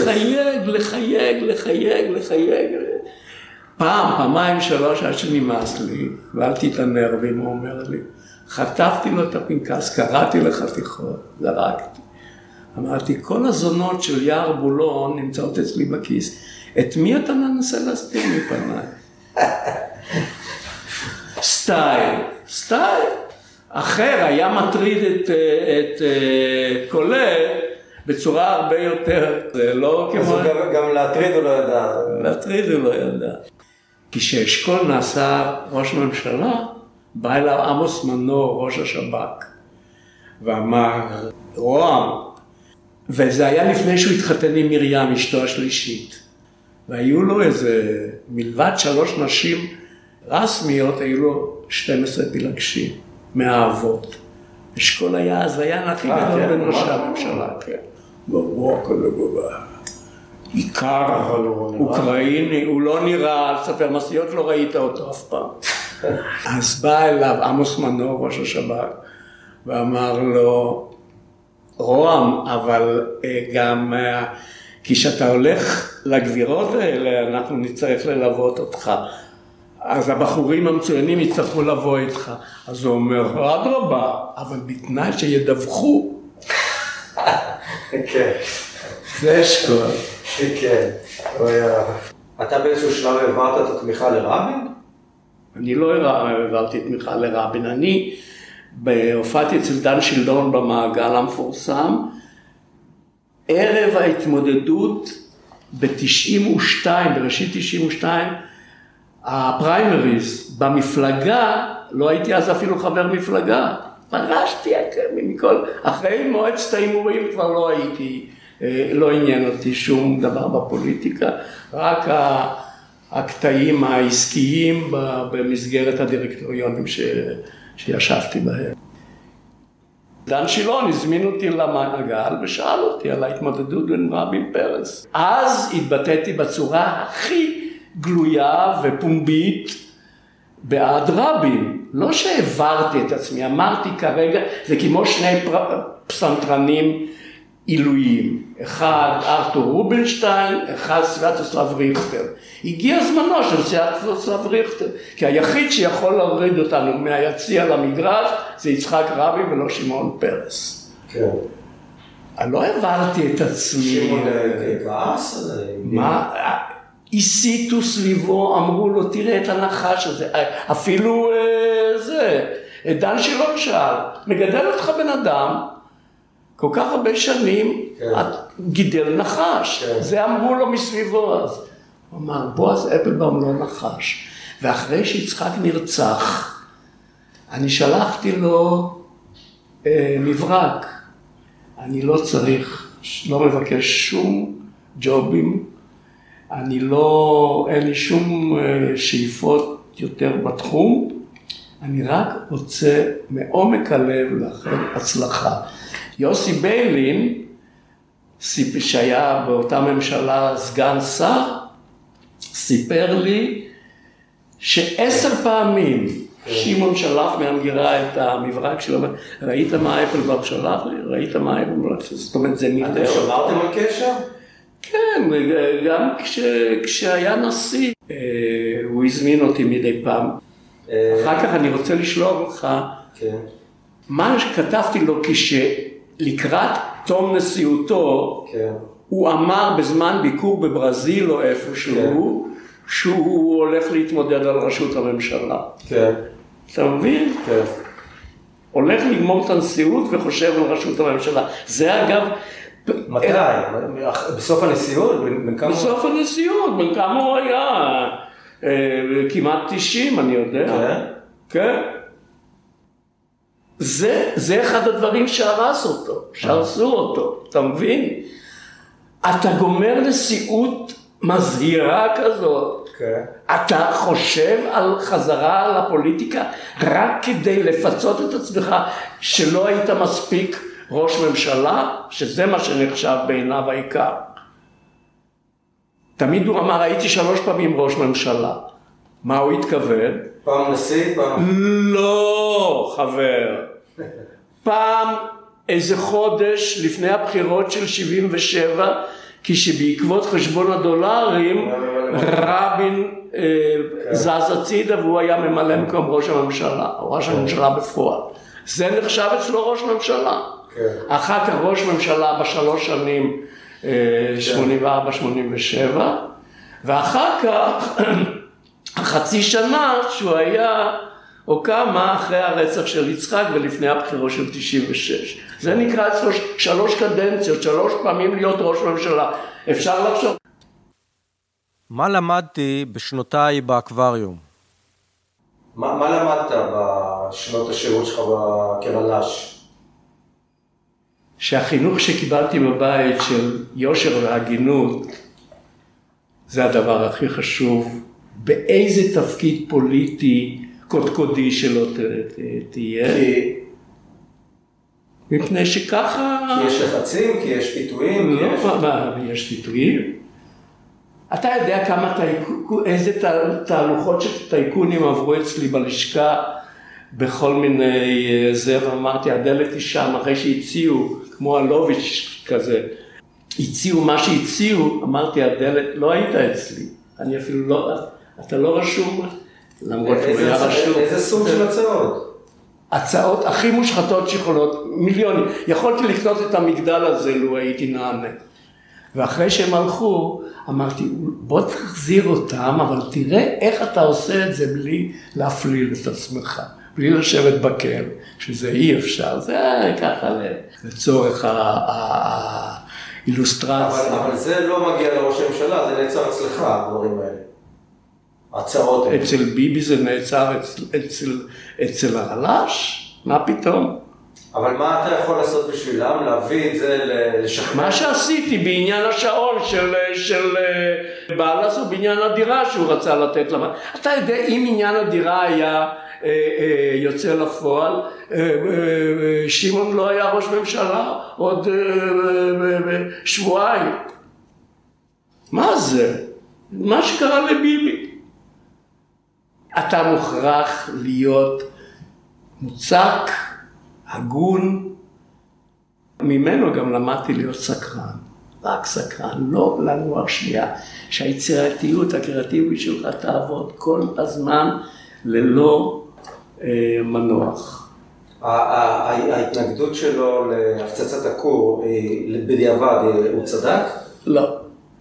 לחייג. פעמיים, 3, עד שנמאס לי, ואל תתענרבים, הוא אומר לי, חטפתי לו את הפנקס, קראתי לחתיכות, זרקתי. אמרתי, כל הזונות של יער בולון נמצאות אצלי בכיס, את מי אתה מנסה להסתיר מפניי? סטייל. אחר היה מטריד את קולה בצורה הרבה יותר, זה לא כמו... אז גם להטריד הוא לא ידע. להטריד הוא לא ידע. כשאשכול נעשה ראש ממשלה, בא אליו עמוס מנור, ראש השב"כ, ואמר, רועם, וזה היה לפני שהוא התחתן עם מרים, אשתו השלישית. והיו לו איזה, מלבד 3 נשים רסמיות, היו לו 12 פילגשים מהאבות. אשכול היה הזיין הכי גדול בין ראשי הממשלה, כן. ברור כזה גובה. עיקר אוקראיני, הוא לא נראה, ספר מסיות לא ראית אותו אף פעם. אז בא אליו עמוס מנור, ראש השב"כ, ואמר לו, רועם, אבל גם כשאתה הולך לגבירות האלה, אנחנו נצטרך ללוות אותך. אז הבחורים המצוינים יצטרכו לבוא איתך. אז הוא אומר, אדרבה, אבל בתנאי שידווחו. כן. זה אשכול. כן. אתה באיזשהו שלב העברת את התמיכה לרבין? אני לא העברתי תמיכה לרבין. אני הופעתי אצל דן שילדון במעגל המפורסם, ערב ההתמודדות ב-92, בראשית 92, הפריימריז במפלגה, לא הייתי אז אפילו חבר מפלגה, פרשתי מכל, אחרי מועצת ההימורים כבר לא הייתי, לא עניין אותי שום דבר בפוליטיקה, רק הקטעים העסקיים במסגרת הדירקטוריונים שישבתי בהם. דן שילון הזמין אותי למעגל ושאל אותי על ההתמודדות בין רבין פרס. אז התבטאתי בצורה הכי גלויה ופומבית בעד רבין. לא שהעברתי את עצמי, אמרתי כרגע, זה כמו 2 פסנתרנים עילויים. אחד ארתור רובינשטיין, אחד סוויאטוסלב ריכטר. הגיע זמנו של סוויאטוסלב ריכטר, כי היחיד שיכול להוריד אותנו מהיציע למגרש זה יצחק רבין ולא שמעון פרס. כן. אני לא העברתי את עצמי. שמעון כעס? מה? הסיתו סביבו, אמרו לו, תראה את הנחש הזה. אפילו זה, דן שילון שאל, מגדל אותך בן אדם, כל כך הרבה שנים, את גידל נחש. זה אמרו לו מסביבו אז. הוא אמר, בועז אפלבאום לא נחש. ואחרי שיצחק נרצח, אני שלחתי לו מברק. אני לא צריך, לא מבקש שום ג'ובים. אין לי שום שאיפות יותר בתחום. אני רק רוצה מעומק הלב לאחל הצלחה. יוסי ביילין, שהיה באותה ממשלה סגן שר, סיפר לי ש10 פעמים שמעון שלח מהמגירה את המברק שלו, ראית מה אפלבאום שלח לי? ראית מה אפלבאום? זאת אומרת, זה נראה. אתם שמרתם על קשר? כן, גם כשהיה נשיא, הוא הזמין אותי מדי פעם. אחר כך אני רוצה לשלוח לך, מה שכתבתי לו לקראת תום נשיאותו, הוא אמר בזמן ביקור בברזיל או איפשהו, שהוא הולך להתמודד על ראשות הממשלה. כן. אתה מבין? כן. הולך לגמור את הנשיאות וחושב על ראשות הממשלה. זה אגב... מתי? בסוף הנשיאות? בסוף הנשיאות, בין כמה הוא היה? כמעט 90, אני יודע. כן? כן. זה אחד הדברים שהרסו אותו, אתה מבין? אתה גומר נשיאות מזהירה כזאת, אתה חושב על חזרה לפוליטיקה רק כדי לפצות את עצמך שלא היית מספיק ראש ממשלה, שזה מה שנחשב בעיניו העיקר. תמיד הוא אמר, הייתי 3 פעמים ראש ממשלה. מה הוא התכוון? פעם נשיא, פעם... לא, חבר. פעם איזה חודש לפני הבחירות של 77, כשבעקבות חשבון הדולרים, רבין זז הצידה והוא היה ממלא מקום ראש הממשלה, ראש הממשלה בפועל. זה נחשב אצלו ראש ממשלה. אחר כך ראש ממשלה ב3 שנים, 84-87, ואחר כך, חצי שנה שהוא היה או כמה אחרי הרצח של יצחק ולפני הבחירות של 96. זה נקרא 3 קדנציות, 3 פעמים להיות ראש ממשלה. אפשר לחשוב. מה למדתי בשנותיי באקווריום? מה למדת בשנות השירות שלך כבלש? שהחינוך שקיבלתי בבית של יושר והגינות, זה הדבר הכי חשוב, באיזה תפקיד פוליטי קודקודי שלא תהיה. מפני שככה... כי יש לחצים, כי יש פיתויים? יש פיתויים. אתה יודע איזה תהלוכות של טייקונים עברו אצלי בלשכה, בכל מיני זה, ואמרתי, הדלת היא שם, אחרי שהציעו, כמו הלוביץ' כזה, הציעו מה שהציעו, אמרתי, הדלת, לא היית אצלי, אני אפילו לא, אתה לא רשום, למרות שהוא היה רשום. איזה סוג של הצעות? הצעות הכי מושחתות שיכולות, מיליונים, יכולתי לקנות את המגדל הזה, לו הייתי נענה. ואחרי שהם הלכו, אמרתי, בוא תחזיר אותם, אבל תראה איך אתה עושה את זה בלי להפליל את עצמך. בלי לשבת בכלא, שזה אי אפשר, זה ככה לצורך האילוסטרציה. אבל זה לא מגיע לראש הממשלה, זה נעצר אצלך, הדברים האלה. הצעות האלה. אצל ביבי זה נעצר אצל הרל"ש? מה פתאום? אבל מה אתה יכול לעשות בשבילם? להביא את זה לשכנע? מה שעשיתי בעניין השעון של בעלס הוא בעניין הדירה שהוא רצה לתת לה. אתה יודע, אם עניין הדירה היה יוצא לפועל, שמעון לא היה ראש ממשלה עוד שבועיים. מה זה? מה שקרה לביבי. אתה מוכרח להיות מוצק, הגון. ממנו גם למדתי להיות סקרן. רק סקרן, לא לנוח שנייה. שהיצירתיות הקריאטיבית שלך תעבוד כל הזמן ללא מנוח. ההתנגדות שלו להפצצת הכור, בדיעבד, הוא צדק? לא.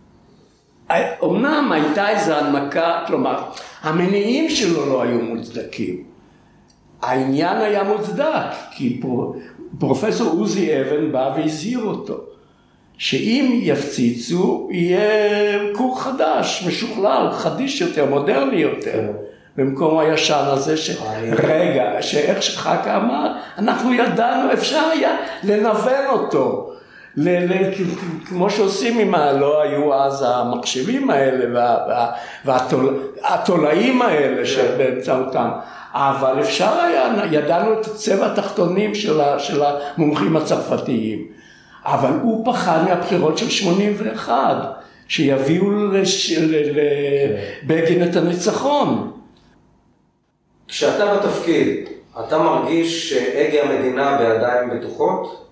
אמנם הייתה איזו הנמקה, כלומר, המניעים שלו לא היו מוצדקים. העניין היה מוצדק, כי פרופסור עוזי אבן בא והזהיר אותו, שאם יפציצו, יהיה כור חדש, משוכלל, חדיש יותר, מודרני יותר. במקום הישן הזה רגע, שאיך שחקה אמר, אנחנו ידענו, אפשר היה לנוון אותו, כמו שעושים עם לא היו אז המחשבים האלה והתולעים האלה שבאמצעותם, אבל אפשר היה, ידענו את צבע התחתונים של המומחים הצרפתיים, אבל הוא פחד מהבחירות של 81, שיביאו לבגין את הניצחון. כשאתה בתפקיד, אתה מרגיש שהגה המדינה בידיים בטוחות?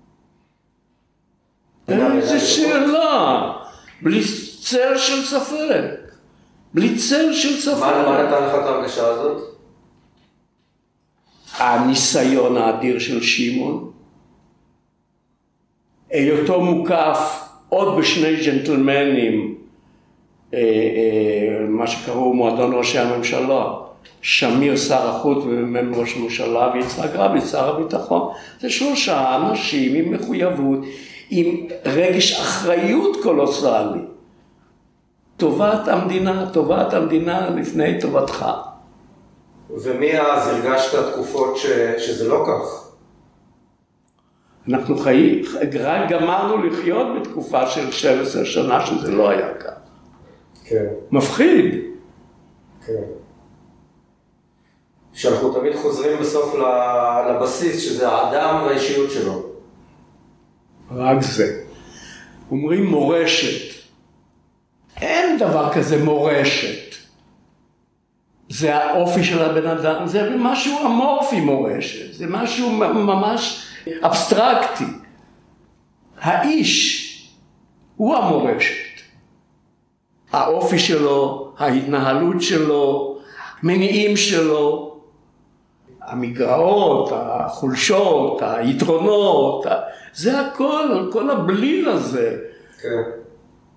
איזה שאלה, בלי צל של ספק, בלי צל של ספק. מה נתן לך את ההרגשה הזאת? הניסיון האדיר של שמעון, היותו מוקף עוד בשני ג'נטלמנים, מה שקראו מועדון ראשי הממשלה, שמיר שר החוץ ומ"מ ראש הממשלה ויצחק רבין שר הביטחון. זה 3 אנשים עם מחויבות, עם רגש אחריות קולוסלי. טובת המדינה לפני טובתך. ומי אז הרגשת תקופות שזה לא כך? אנחנו רק גמרנו לחיות בתקופה של 12 שנה שזה לא היה כך. כן. מפחיד. כן. שאנחנו תמיד חוזרים בסוף לבסיס, שזה האדם והאישיות שלו. רק זה. אומרים מורשת. אין דבר כזה מורשת. זה האופי של הבן אדם, זה משהו אמורפי מורשת, זה משהו ממש אבסטרקטי. האיש הוא המורשת. האופי שלו, ההתנהלות שלו, מניעים שלו, המגרעות, החולשות, היתרונות, זה הכל, כל הבליל הזה. כן.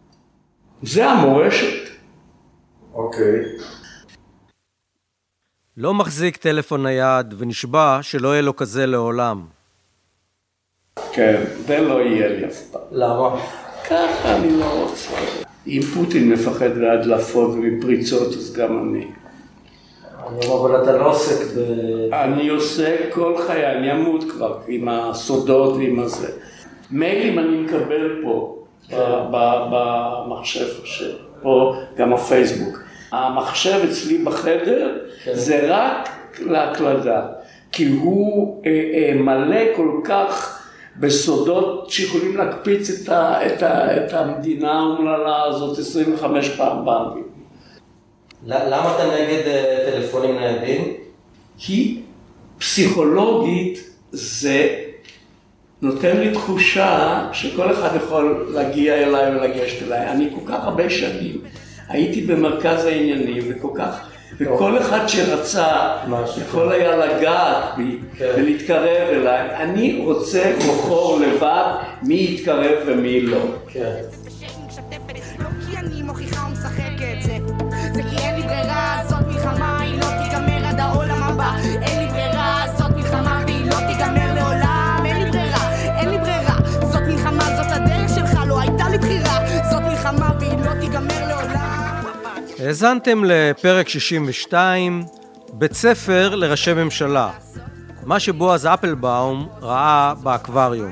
זה המורשת. אוקיי. לא מחזיק טלפון נייד ונשבע שלא יהיה לו כזה לעולם. כן, זה לא יהיה לי אף פעם. למה? ככה אני לא רוצה. אם פוטין מפחד מהדלפות ומפריצות, אז גם אני. אבל אתה לא עוסק אני עושה כל חיי, אני אמות כבר עם הסודות ועם הזה. מיילים אני מקבל פה, במחשב, פה גם הפייסבוק. המחשב אצלי בחדר זה רק להקלדה, כי הוא מלא כל כך בסודות שיכולים להקפיץ את המדינה האומללה הזאת 25 פעם באנגלית. למה אתה נגד טלפונים ניידים? כי פסיכולוגית זה נותן לי תחושה שכל אחד יכול להגיע אליי ולגשת אליי. אני כל כך הרבה שנים הייתי במרכז העניינים וכל אחד שרצה יכול היה לגעת בי ולהתקרב אליי. אני רוצה לבחור לבד מי יתקרב ומי לא. לא כי אני מוכיחה ומשחקת זה כי אין לי ברירה, זאת מלחמה, היא לא תיגמר עד העולם הבא. אין לי ברירה, זאת מלחמה והיא לא תיגמר לעולם. אין לי ברירה, זאת מלחמה, זאת הדרך שלך, לא הייתה לי בחירה. זאת מלחמה והיא לא תיגמר לעולם. האזנתם לפרק 62, בית ספר לראשי ממשלה, מה שבועז אפלבאום ראה באקווריום.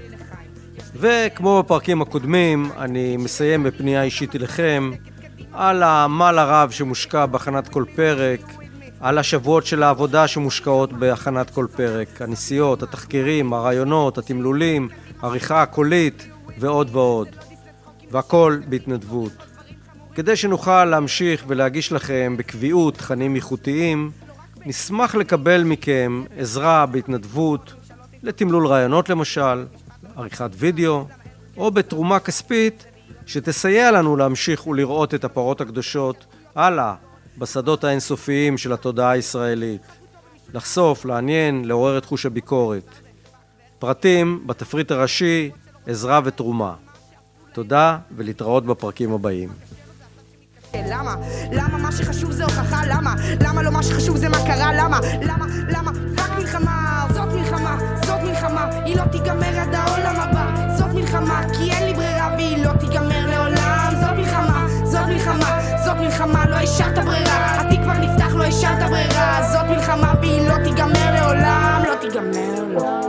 וכמו בפרקים הקודמים, אני מסיים בפנייה אישית אליכם, על העמל הרב שמושקע בהכנת כל פרק, על השבועות של העבודה שמושקעות בהכנת כל פרק, הנסיעות, התחקירים, הרעיונות, התמלולים, עריכה הקולית ועוד ועוד. והכל בהתנדבות. כדי שנוכל להמשיך ולהגיש לכם בקביעות תכנים איכותיים, נשמח לקבל מכם עזרה בהתנדבות, לתמלול רעיונות למשל, עריכת וידאו, או בתרומה כספית שתסייע לנו להמשיך ולראות את הפרות הקדושות הלאה בשדות האינסופיים של התודעה הישראלית. לחשוף, לעניין, לעורר את חוש הביקורת. פרטים בתפריט הראשי, עזרה ותרומה. תודה ולהתראות בפרקים הבאים. למה? למה מה שחשוב זה הוכחה? למה? למה לא מה שחשוב זה מה קרה? למה? למה? רק מלחמה, זאת מלחמה, זאת מלחמה, היא לא תיגמר עד העולם הבא. זאת מלחמה, כי אין לי ברירה והיא לא תיגמר לעולם. זאת מלחמה, לא השארת ברירה. התיק כבר נפתח, לא השארת ברירה. זאת מלחמה והיא לא תיגמר לעולם. לא תיגמר, לא.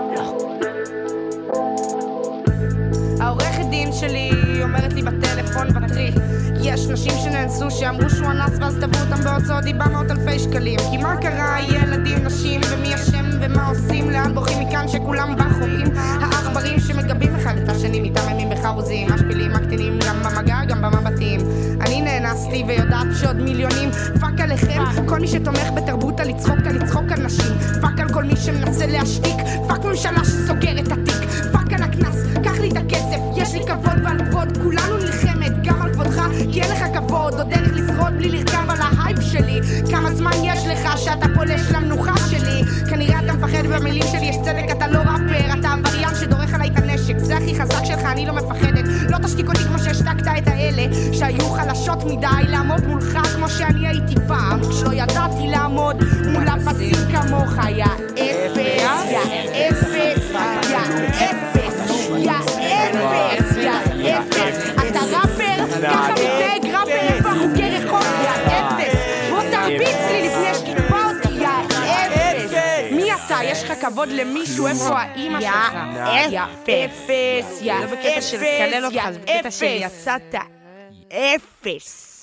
העורכת דין שלי אומרת לי בטלפון בטרי, יש נשים שנאנסו שאמרו שהוא אנס ואז תבעו אותם בהוצאות דיבה 100,000 שקלים. כי מה קרה? ילדים, נשים, ומי אשם ומה עושים? לאן בורחים מכאן שכולם בחורים? העכברים שמגבים אחד את השני מתעממים בחרוזים, משפילים, מקטינים גם במגע גם במבטים. אני נאנסתי ויודעת שעוד מיליונים. פאק עליכם, כל מי שתומך בתרבות על לצחוק על נשים. פאק על כל מי שמנסה להשתיק. פאק ממשלה שסוגר את התיק. פאק על הכנס, קח לי את הכסף, יש לי כבוד ועל כבוד, כולנו נלחמת גם על כבודך, כי אין לך כבוד, עוד דרך לשרוד בלי לרכב על ההייפ שלי. כמה זמן יש לך שאתה פולש למנוחה שלי? כנראה אתה מפחד במילים שלי, יש צדק, אתה לא ראפר, אתה עבריין שדורך עליי את הנשק, זה הכי חזק שלך, אני לא מפחדת. לא תשתיק אותי כמו שהשתקת את האלה שהיו חלשות מדי לעמוד מולך כמו שאני הייתי פעם, כשלא ידעתי לעמוד מול אפסים כמוך. יא אפס, יא אפס, יא אפס, יא אפס, יא אפס. אתה ראפר? ככה מתנהג ראפר, איפה חוקי רחוב? יא אפס. בוא תרביץ לי לפני שתקבע אותי. יא אפס. מי אתה? יש לך כבוד למישהו? איפה האמא שלך? יא אפס, יא אפס, יא אפס. יצאת אפס.